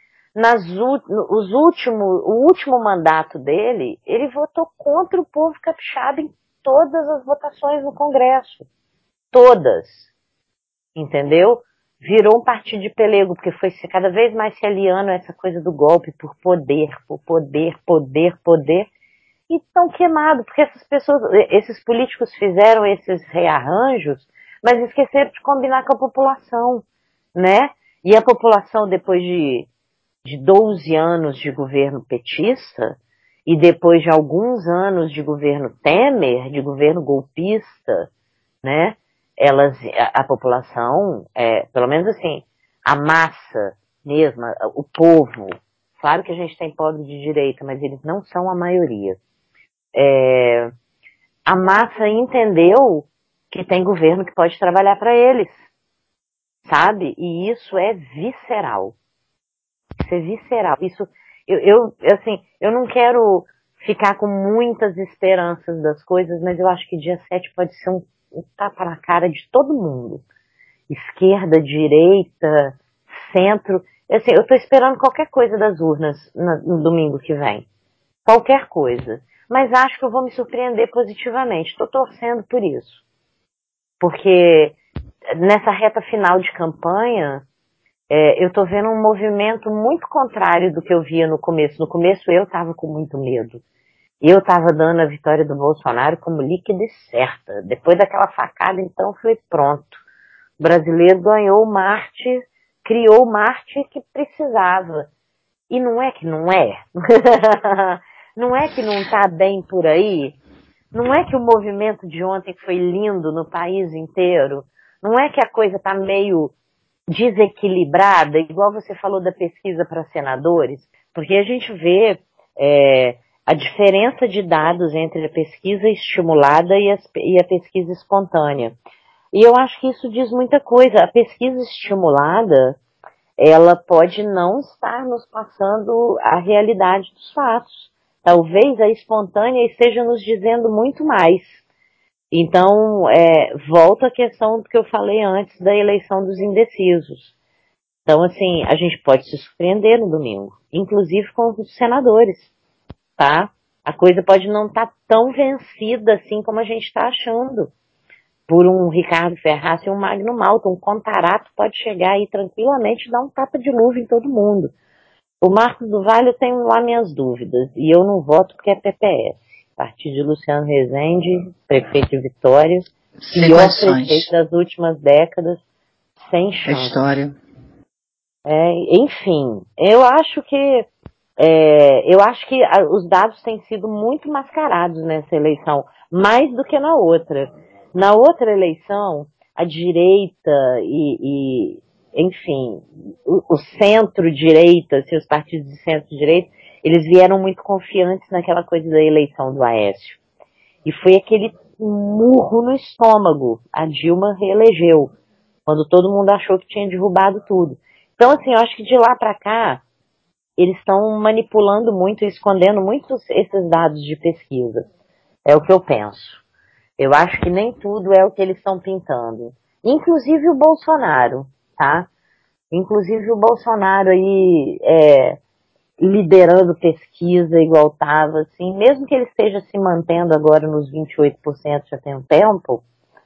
O último mandato dele, ele votou contra o povo capixaba em todas as votações no Congresso. Todas. Entendeu? Virou um partido de pelego, porque foi cada vez mais se aliando a essa coisa do golpe por poder, e estão queimados, porque esses políticos fizeram esses rearranjos, mas esqueceram de combinar com a população, né? E a população, depois de 12 anos de governo petista, e depois de alguns anos de governo Temer, de governo golpista, né? A população, pelo menos assim, a massa mesmo, o povo, claro que a gente tem pobre de direita, mas eles não são a maioria. A massa entendeu que tem governo que pode trabalhar para eles, sabe? E isso é visceral. Isso é visceral. Isso, eu não quero ficar com muitas esperanças das coisas, mas eu acho que dia 7 pode ser um tapa na cara de todo mundo. Esquerda, direita, centro. Assim, eu estou esperando qualquer coisa das urnas no domingo que vem. Qualquer coisa. Mas acho que eu vou me surpreender positivamente. Estou torcendo por isso. Porque nessa reta final de campanha, eu estou vendo um movimento muito contrário do que eu via no começo. No começo eu estava com muito medo. Eu estava dando a vitória do Bolsonaro como líquida e certa. Depois daquela facada, então, foi pronto. O brasileiro ganhou o Marte, criou o Marte que precisava. E não é que não é. Não é que não está bem por aí. Não é que o movimento de ontem foi lindo no país inteiro. Não é que a coisa está meio desequilibrada, igual você falou da pesquisa para senadores, porque a gente vê a diferença de dados entre a pesquisa estimulada e a pesquisa espontânea. E eu acho que isso diz muita coisa. A pesquisa estimulada, ela pode não estar nos passando a realidade dos fatos. Talvez a espontânea esteja nos dizendo muito mais. Então, volta à questão do que eu falei antes da eleição dos indecisos. Então, assim, a gente pode se surpreender no domingo, inclusive com os senadores, tá? A coisa pode não estar tão vencida assim como a gente está achando. Por um Ricardo Ferraz e um Magno Malta, um Contarato pode chegar aí tranquilamente e dar um tapa de luva em todo mundo. O Marcos do Vale, eu tenho lá minhas dúvidas, e eu não voto porque é PPS. Partido de Luciano Rezende, prefeito de Vitória, pior prefeito das últimas décadas, sem chance. História. Enfim, eu acho que os dados têm sido muito mascarados nessa eleição, mais do que na outra. Na outra eleição, a direita enfim, o centro-direita, os partidos de centro-direita, eles vieram muito confiantes naquela coisa da eleição do Aécio. E foi aquele murro no estômago. A Dilma reelegeu, quando todo mundo achou que tinha derrubado tudo. Então, assim, eu acho que de lá para cá, eles estão manipulando muito e escondendo muito esses dados de pesquisa. É o que eu penso. Eu acho que nem tudo é o que eles estão pintando. Inclusive o Bolsonaro, tá? Inclusive o Bolsonaro aí liderando pesquisa igual estava, assim, mesmo que ele esteja se mantendo agora nos 28% já tem um tempo,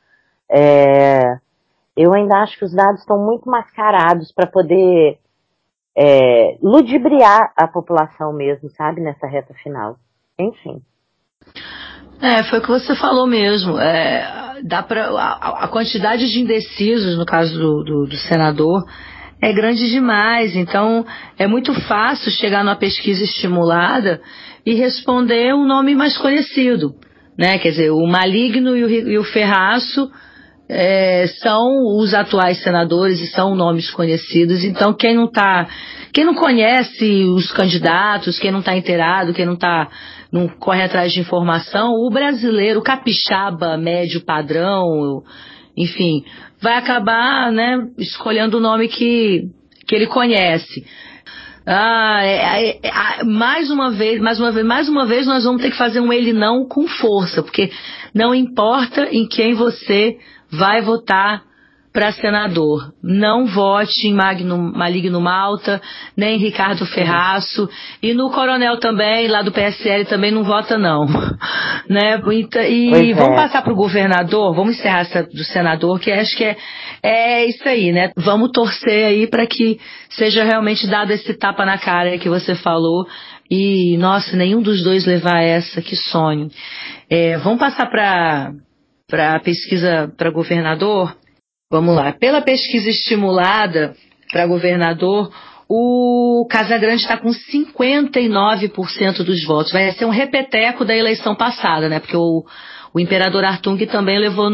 eu ainda acho que os dados estão muito mascarados para poder ludibriar a população mesmo, sabe, nessa reta final. Enfim. Foi o que você falou mesmo. Dá pra, a quantidade de indecisos, no caso do senador, é grande demais. Então, é muito fácil chegar numa pesquisa estimulada e responder um nome mais conhecido, né? Quer dizer, o Maligno e o Ferraço são os atuais senadores e são nomes conhecidos. Então, quem não conhece os candidatos, quem não está inteirado, não corre atrás de informação, o brasileiro, o capixaba médio padrão, enfim, vai acabar, né, escolhendo o nome que ele conhece. Mais uma vez, nós vamos ter que fazer um ele não com força, porque não importa em quem você vai votar para senador. Não vote em Maligno Malta, nem em Ricardo Ferraço, e no Coronel também, lá do PSL, também não vota não. Né? E vamos passar para o governador, vamos encerrar essa do senador, que acho que é isso aí, né? Vamos torcer aí para que seja realmente dado esse tapa na cara que você falou, e, nossa, nenhum dos dois levar essa, que sonho. Vamos passar para a pesquisa para governador. Vamos lá. Pela pesquisa estimulada para governador, o Casagrande está com 59% dos votos. Vai ser um repeteco da eleição passada, né? Porque o imperador Artung também levou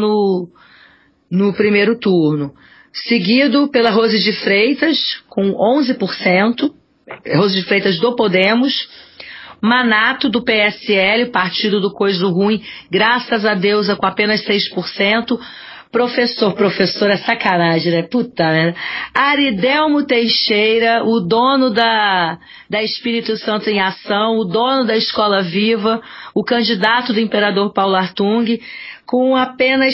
no primeiro turno. Seguido pela Rose de Freitas, com 11%. Rose de Freitas do Podemos. Manato, do PSL, partido do Coisa Ruim, graças a Deus, com apenas 6%. Professor é sacanagem, né? Puta, né? Aridelmo Teixeira, o dono da Espírito Santo em Ação, o dono da Escola Viva, o candidato do imperador Paulo Artung, com apenas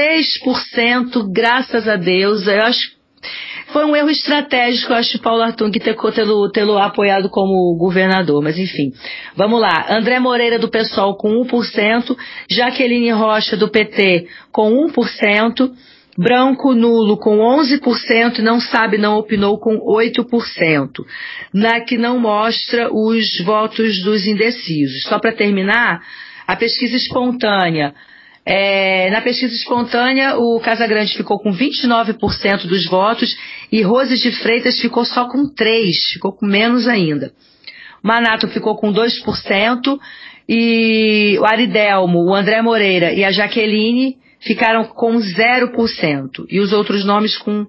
3%, graças a Deus. Eu acho que foi um erro estratégico, eu acho, Paulo Artung tê-lo apoiado como governador, mas enfim. Vamos lá. André Moreira, do PSOL, com 1%, Jaqueline Rocha, do PT, com 1%, Branco Nulo, com 11%, não sabe, não opinou, com 8%. Que não mostra os votos dos indecisos. Só para terminar, a pesquisa espontânea. Na pesquisa espontânea, o Casagrande ficou com 29% dos votos e Rose de Freitas ficou só com 3%, ficou com menos ainda. Manato ficou com 2% e o Aridelmo, o André Moreira e a Jaqueline ficaram com 0%. E os outros nomes com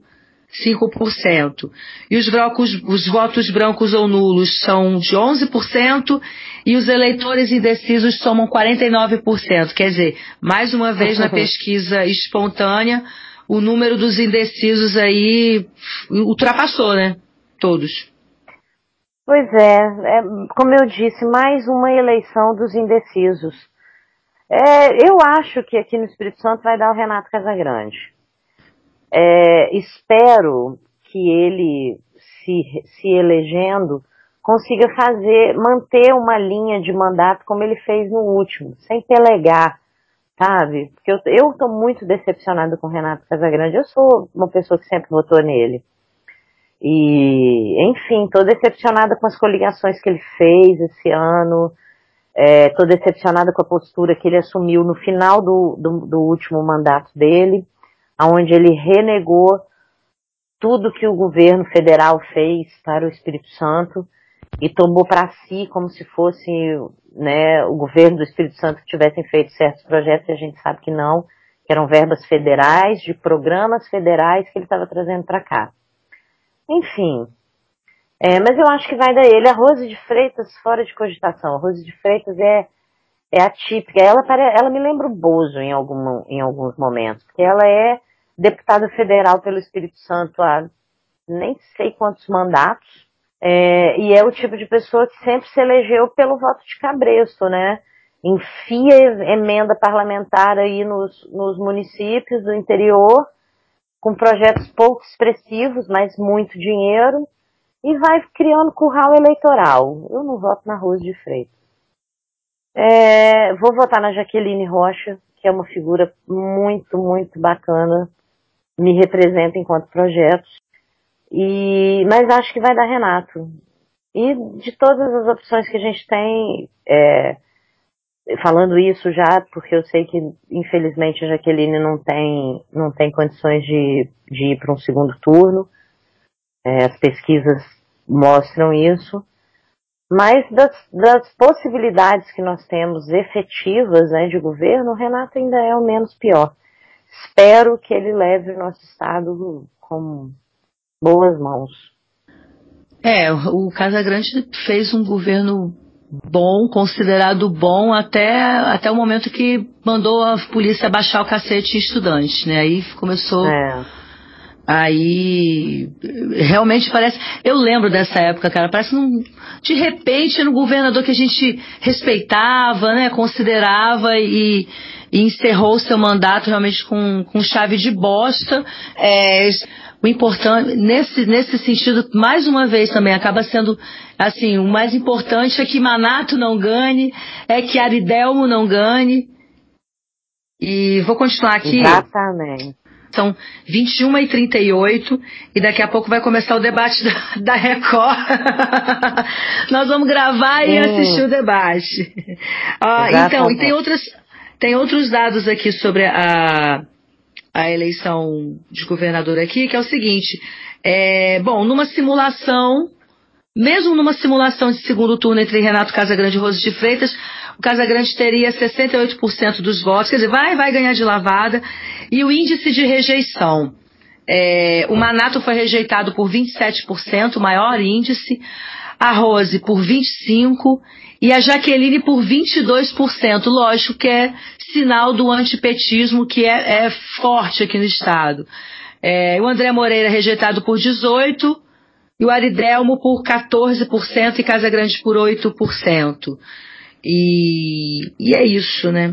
5%. E os votos brancos ou nulos são de 11% e os eleitores indecisos somam 49%. Quer dizer, mais uma vez na pesquisa espontânea, o número dos indecisos aí ultrapassou, né? Todos. Pois como eu disse, mais uma eleição dos indecisos. Eu acho que aqui no Espírito Santo vai dar o Renato Casagrande. Espero que ele, se elegendo, consiga manter uma linha de mandato como ele fez no último, sem pelegar, sabe? Porque eu estou muito decepcionada com o Renato Casagrande. Eu sou uma pessoa que sempre votou nele. E, enfim, estou decepcionada com as coligações que ele fez esse ano. Estou decepcionada com a postura que ele assumiu no final do último mandato dele, onde ele renegou tudo que o governo federal fez para o Espírito Santo e tomou para si como se fosse, né, o governo do Espírito Santo que tivessem feito certos projetos, e a gente sabe que não, que eram verbas federais, de programas federais que ele estava trazendo para cá. Enfim, mas eu acho que vai dar ele. A Rose de Freitas, fora de cogitação. A Rose de Freitas é atípica. Ela me lembra o Bozo em alguns momentos, porque ela é deputada federal pelo Espírito Santo há nem sei quantos mandatos, e é o tipo de pessoa que sempre se elegeu pelo voto de cabresto, né? Enfia emenda parlamentar aí nos municípios do interior com projetos pouco expressivos, mas muito dinheiro, e vai criando curral eleitoral. Eu não voto na Rose de Freitas. Vou votar na Jaqueline Rocha, que é uma figura muito, muito bacana, me representa enquanto projetos, mas acho que vai dar Renato. E de todas as opções que a gente tem, falando isso já, porque eu sei que infelizmente a Jaqueline não tem condições de ir para um segundo turno, as pesquisas mostram isso, mas das possibilidades que nós temos efetivas, né, de governo, o Renato ainda é o menos pior. Espero que ele leve o nosso estado com boas mãos. O Casagrande fez um governo bom, considerado bom, até o momento que mandou a polícia baixar o cacete em estudantes, né? Aí começou... Aí, realmente parece... Eu lembro dessa época, cara, parece de repente era um governador que a gente respeitava, né, considerava e encerrou o seu mandato realmente com chave de bosta. O importante, nesse sentido, mais uma vez também, acaba sendo, assim, o mais importante é que Manato não ganhe, é que Aridelmo não ganhe. E vou continuar aqui. Exatamente. São 21h38 e daqui a pouco vai começar o debate da Record. Nós vamos gravar e assistir o debate. Então, e tem outros dados aqui sobre a eleição de governador aqui, que é o seguinte, numa simulação, mesmo numa simulação de segundo turno entre Renato Casagrande e Rose de Freitas, o Casagrande teria 68% dos votos, quer dizer, vai ganhar de lavada, e o índice de rejeição, o Manato foi rejeitado por 27%, o maior índice, a Rose por 25% e a Jaqueline por 22%, lógico que é sinal do antipetismo que é forte aqui no estado. O André Moreira rejeitado por 18%, e o Aridelmo por 14% e Casagrande por 8%. E é isso, né?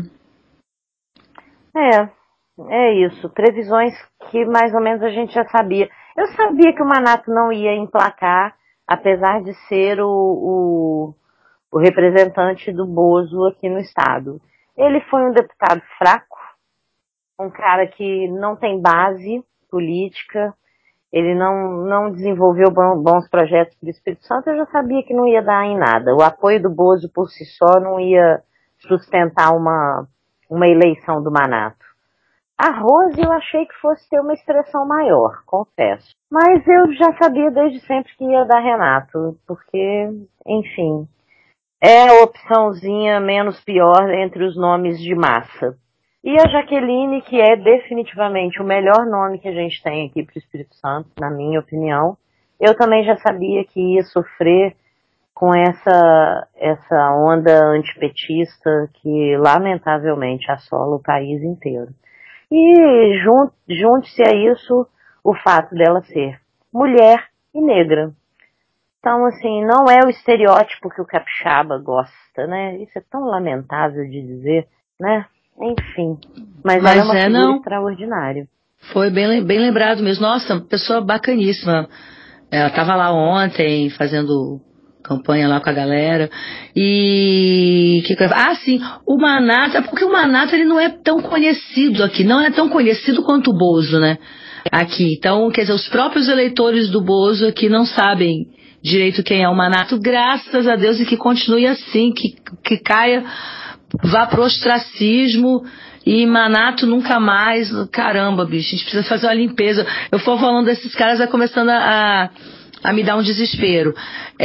É isso. Previsões que mais ou menos a gente já sabia. Eu sabia que o Manato não ia emplacar, apesar de ser o representante do Bozo aqui no estado. Ele foi um deputado fraco, um cara que não tem base política, ele não desenvolveu bons projetos para o Espírito Santo, eu já sabia que não ia dar em nada. O apoio do Bozo por si só não ia sustentar uma eleição do Manato. A Rose eu achei que fosse ter uma expressão maior, confesso. Mas eu já sabia desde sempre que ia dar Renato, porque, enfim, é a opçãozinha menos pior entre os nomes de massa. E a Jaqueline, que é definitivamente o melhor nome que a gente tem aqui para o Espírito Santo, na minha opinião, eu também já sabia que ia sofrer com essa onda antipetista que, lamentavelmente, assola o país inteiro. E junte-se a isso o fato dela ser mulher e negra. Então, assim, não é o estereótipo que o capixaba gosta, né? Isso é tão lamentável de dizer, né? Enfim, mas ela é uma figura extraordinária. Foi bem lembrado mesmo. Nossa, pessoa bacaníssima. Ela estava lá ontem fazendo campanha lá com a galera. E sim, o Manato, porque o Manato ele não é tão conhecido aqui, não é tão conhecido quanto o Bozo, né? Aqui. Então, quer dizer, os próprios eleitores do Bozo aqui não sabem direito quem é o Manato, graças a Deus, e que continue assim, que caia, vá pro ostracismo e Manato nunca mais. Caramba, bicho, a gente precisa fazer uma limpeza. Eu for falando desses caras, vai começando a me dar um desespero.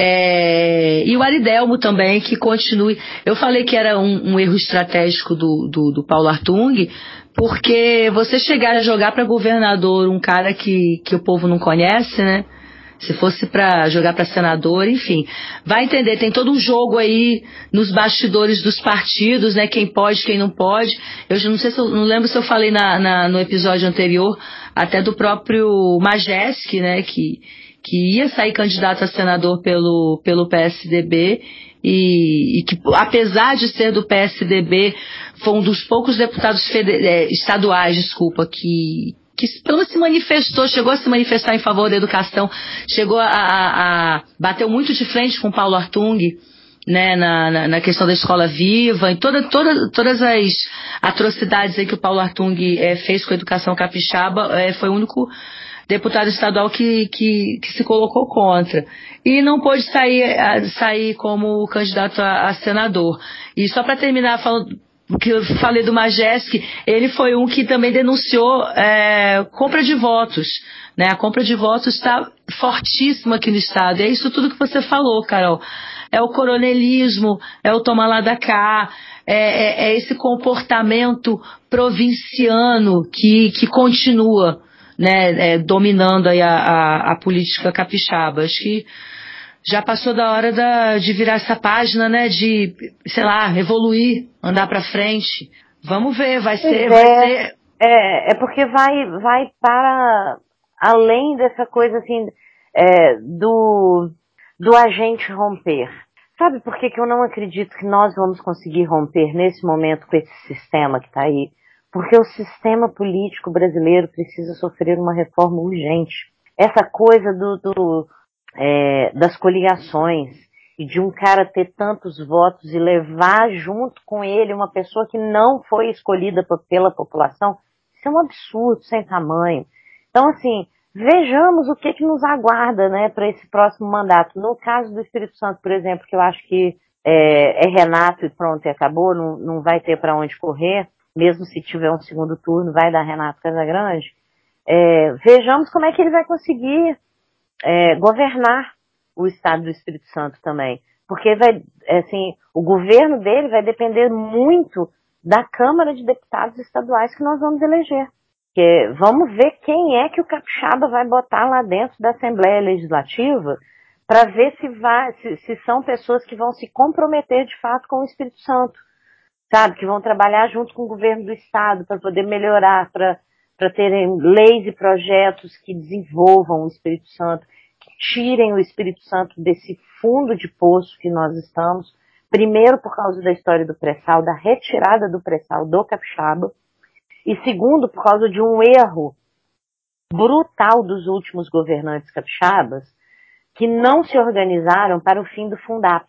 E o Aridelmo também, que continue. Eu falei que era um erro estratégico do Paulo Artung, porque você chegar a jogar para governador um cara que o povo não conhece, né? Se fosse para jogar para senador, enfim, vai entender, tem todo um jogo aí nos bastidores dos partidos, né? Quem pode, quem não pode. Eu já não lembro se eu falei no episódio anterior, até do próprio Majeski, né? Que ia sair candidato a senador pelo PSDB e que, apesar de ser do PSDB, foi um dos poucos deputados estaduais, que que pelo menos se manifestou, chegou a se manifestar em favor da educação, chegou bateu muito de frente com Paulo Hartung, né, na questão da escola viva, em todas as atrocidades aí que o Paulo Hartung fez com a educação capixaba, foi o único deputado estadual que se colocou contra. E não pôde sair como candidato a senador. E só para terminar, falando que eu falei do Majeski, ele foi um que também denunciou compra de votos. Né? A compra de votos está fortíssima aqui no estado. E é isso tudo que você falou, Carol. É o coronelismo, é o toma lá da cá, é esse comportamento provinciano que continua, né, dominando aí a política capixaba. Acho que já passou da hora de virar essa página, né, de, sei lá, evoluir, andar pra frente. Vamos ver, vai ser... É porque vai para além dessa coisa assim, do agente romper. Sabe por que eu não acredito que nós vamos conseguir romper nesse momento com esse sistema que está aí? Porque o sistema político brasileiro precisa sofrer uma reforma urgente. Essa coisa das coligações e de um cara ter tantos votos e levar junto com ele uma pessoa que não foi escolhida pela população, isso é um absurdo sem tamanho. Então, assim, vejamos o que nos aguarda, né, para esse próximo mandato. No caso do Espírito Santo, por exemplo, que eu acho que é Renato e pronto, e acabou, não vai ter para onde correr, mesmo se tiver um segundo turno, vai dar Renato Casagrande. Vejamos como é que ele vai conseguir governar o estado do Espírito Santo também. Porque o governo dele vai depender muito da Câmara de Deputados estaduais que nós vamos eleger. Porque vamos ver quem é que o capixaba vai botar lá dentro da Assembleia Legislativa para ver se são pessoas que vão se comprometer de fato com o Espírito Santo, sabe? Que vão trabalhar junto com o governo do estado para poder melhorar, para terem leis e projetos que desenvolvam o Espírito Santo, que tirem o Espírito Santo desse fundo de poço que nós estamos, primeiro por causa da história do pré-sal, da retirada do pré-sal do capixaba, e segundo por causa de um erro brutal dos últimos governantes capixabas, que não se organizaram para o fim do Fundap.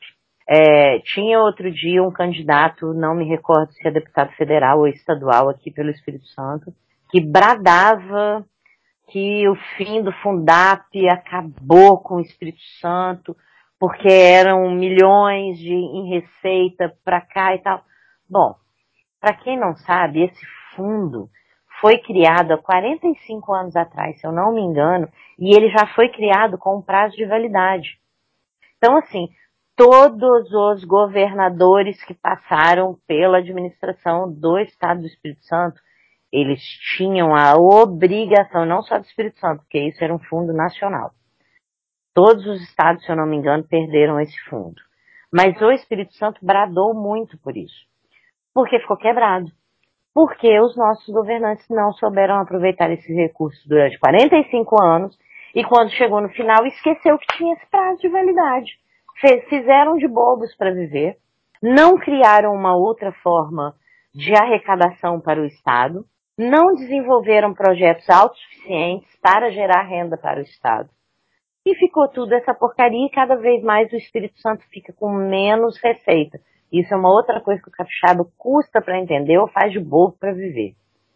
Tinha outro dia um candidato, não me recordo se é deputado federal ou estadual aqui pelo Espírito Santo, que bradava que o fim do Fundap acabou com o Espírito Santo, porque eram milhões em receita para cá e tal. Bom, para quem não sabe, esse fundo foi criado há 45 anos atrás, se eu não me engano, e ele já foi criado com um prazo de validade. Então, assim, todos os governadores que passaram pela administração do Estado do Espírito Santo, eles tinham a obrigação, não só do Espírito Santo, porque isso era um fundo nacional. Todos os estados, se eu não me engano, perderam esse fundo. Mas o Espírito Santo bradou muito por isso. Porque ficou quebrado. Porque os nossos governantes não souberam aproveitar esses recursos durante 45 anos e quando chegou no final esqueceu que tinha esse prazo de validade. Fizeram de bobos para viver, não criaram uma outra forma de arrecadação para o Estado, não desenvolveram projetos autossuficientes para gerar renda para o Estado. E ficou tudo essa porcaria e cada vez mais o Espírito Santo fica com menos receita. Isso é uma outra coisa que o capixaba custa para entender ou faz de bobo para viver.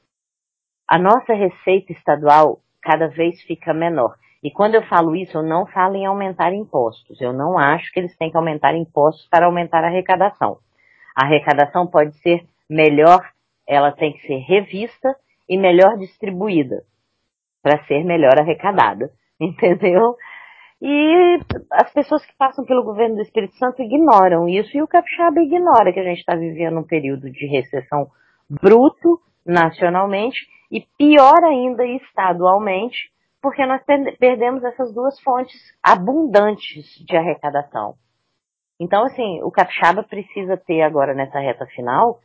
A nossa receita estadual cada vez fica menor. E quando eu falo isso, eu não falo em aumentar impostos. Eu não acho que eles têm que aumentar impostos para aumentar a arrecadação. A arrecadação pode ser melhor, ela tem que ser revista e melhor distribuída para ser melhor arrecadada. Entendeu? E as pessoas que passam pelo governo do Espírito Santo ignoram isso, e o capixaba ignora que a gente está vivendo um período de recessão bruto nacionalmente e pior ainda estadualmente, porque nós perdemos essas duas fontes abundantes de arrecadação. Então, assim, o capixaba precisa ter agora nessa reta final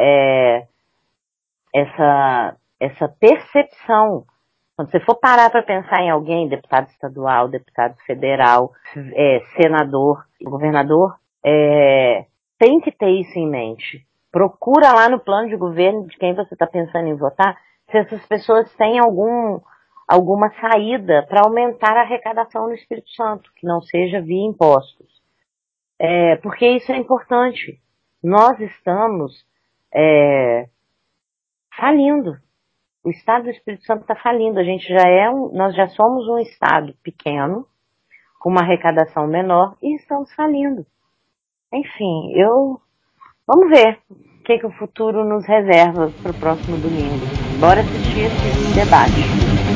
essa percepção. Quando você for parar para pensar em alguém, deputado estadual, deputado federal, senador, governador, tem que ter isso em mente. Procura lá no plano de governo de quem você está pensando em votar, se essas pessoas têm alguma saída para aumentar a arrecadação no Espírito Santo, que não seja via impostos. Porque isso é importante. Nós estamos falindo. O Estado do Espírito Santo está falindo. Nós já somos um Estado pequeno, com uma arrecadação menor, e estamos falindo. Enfim, vamos ver o que o futuro nos reserva para o próximo domingo. Bora assistir esse debate.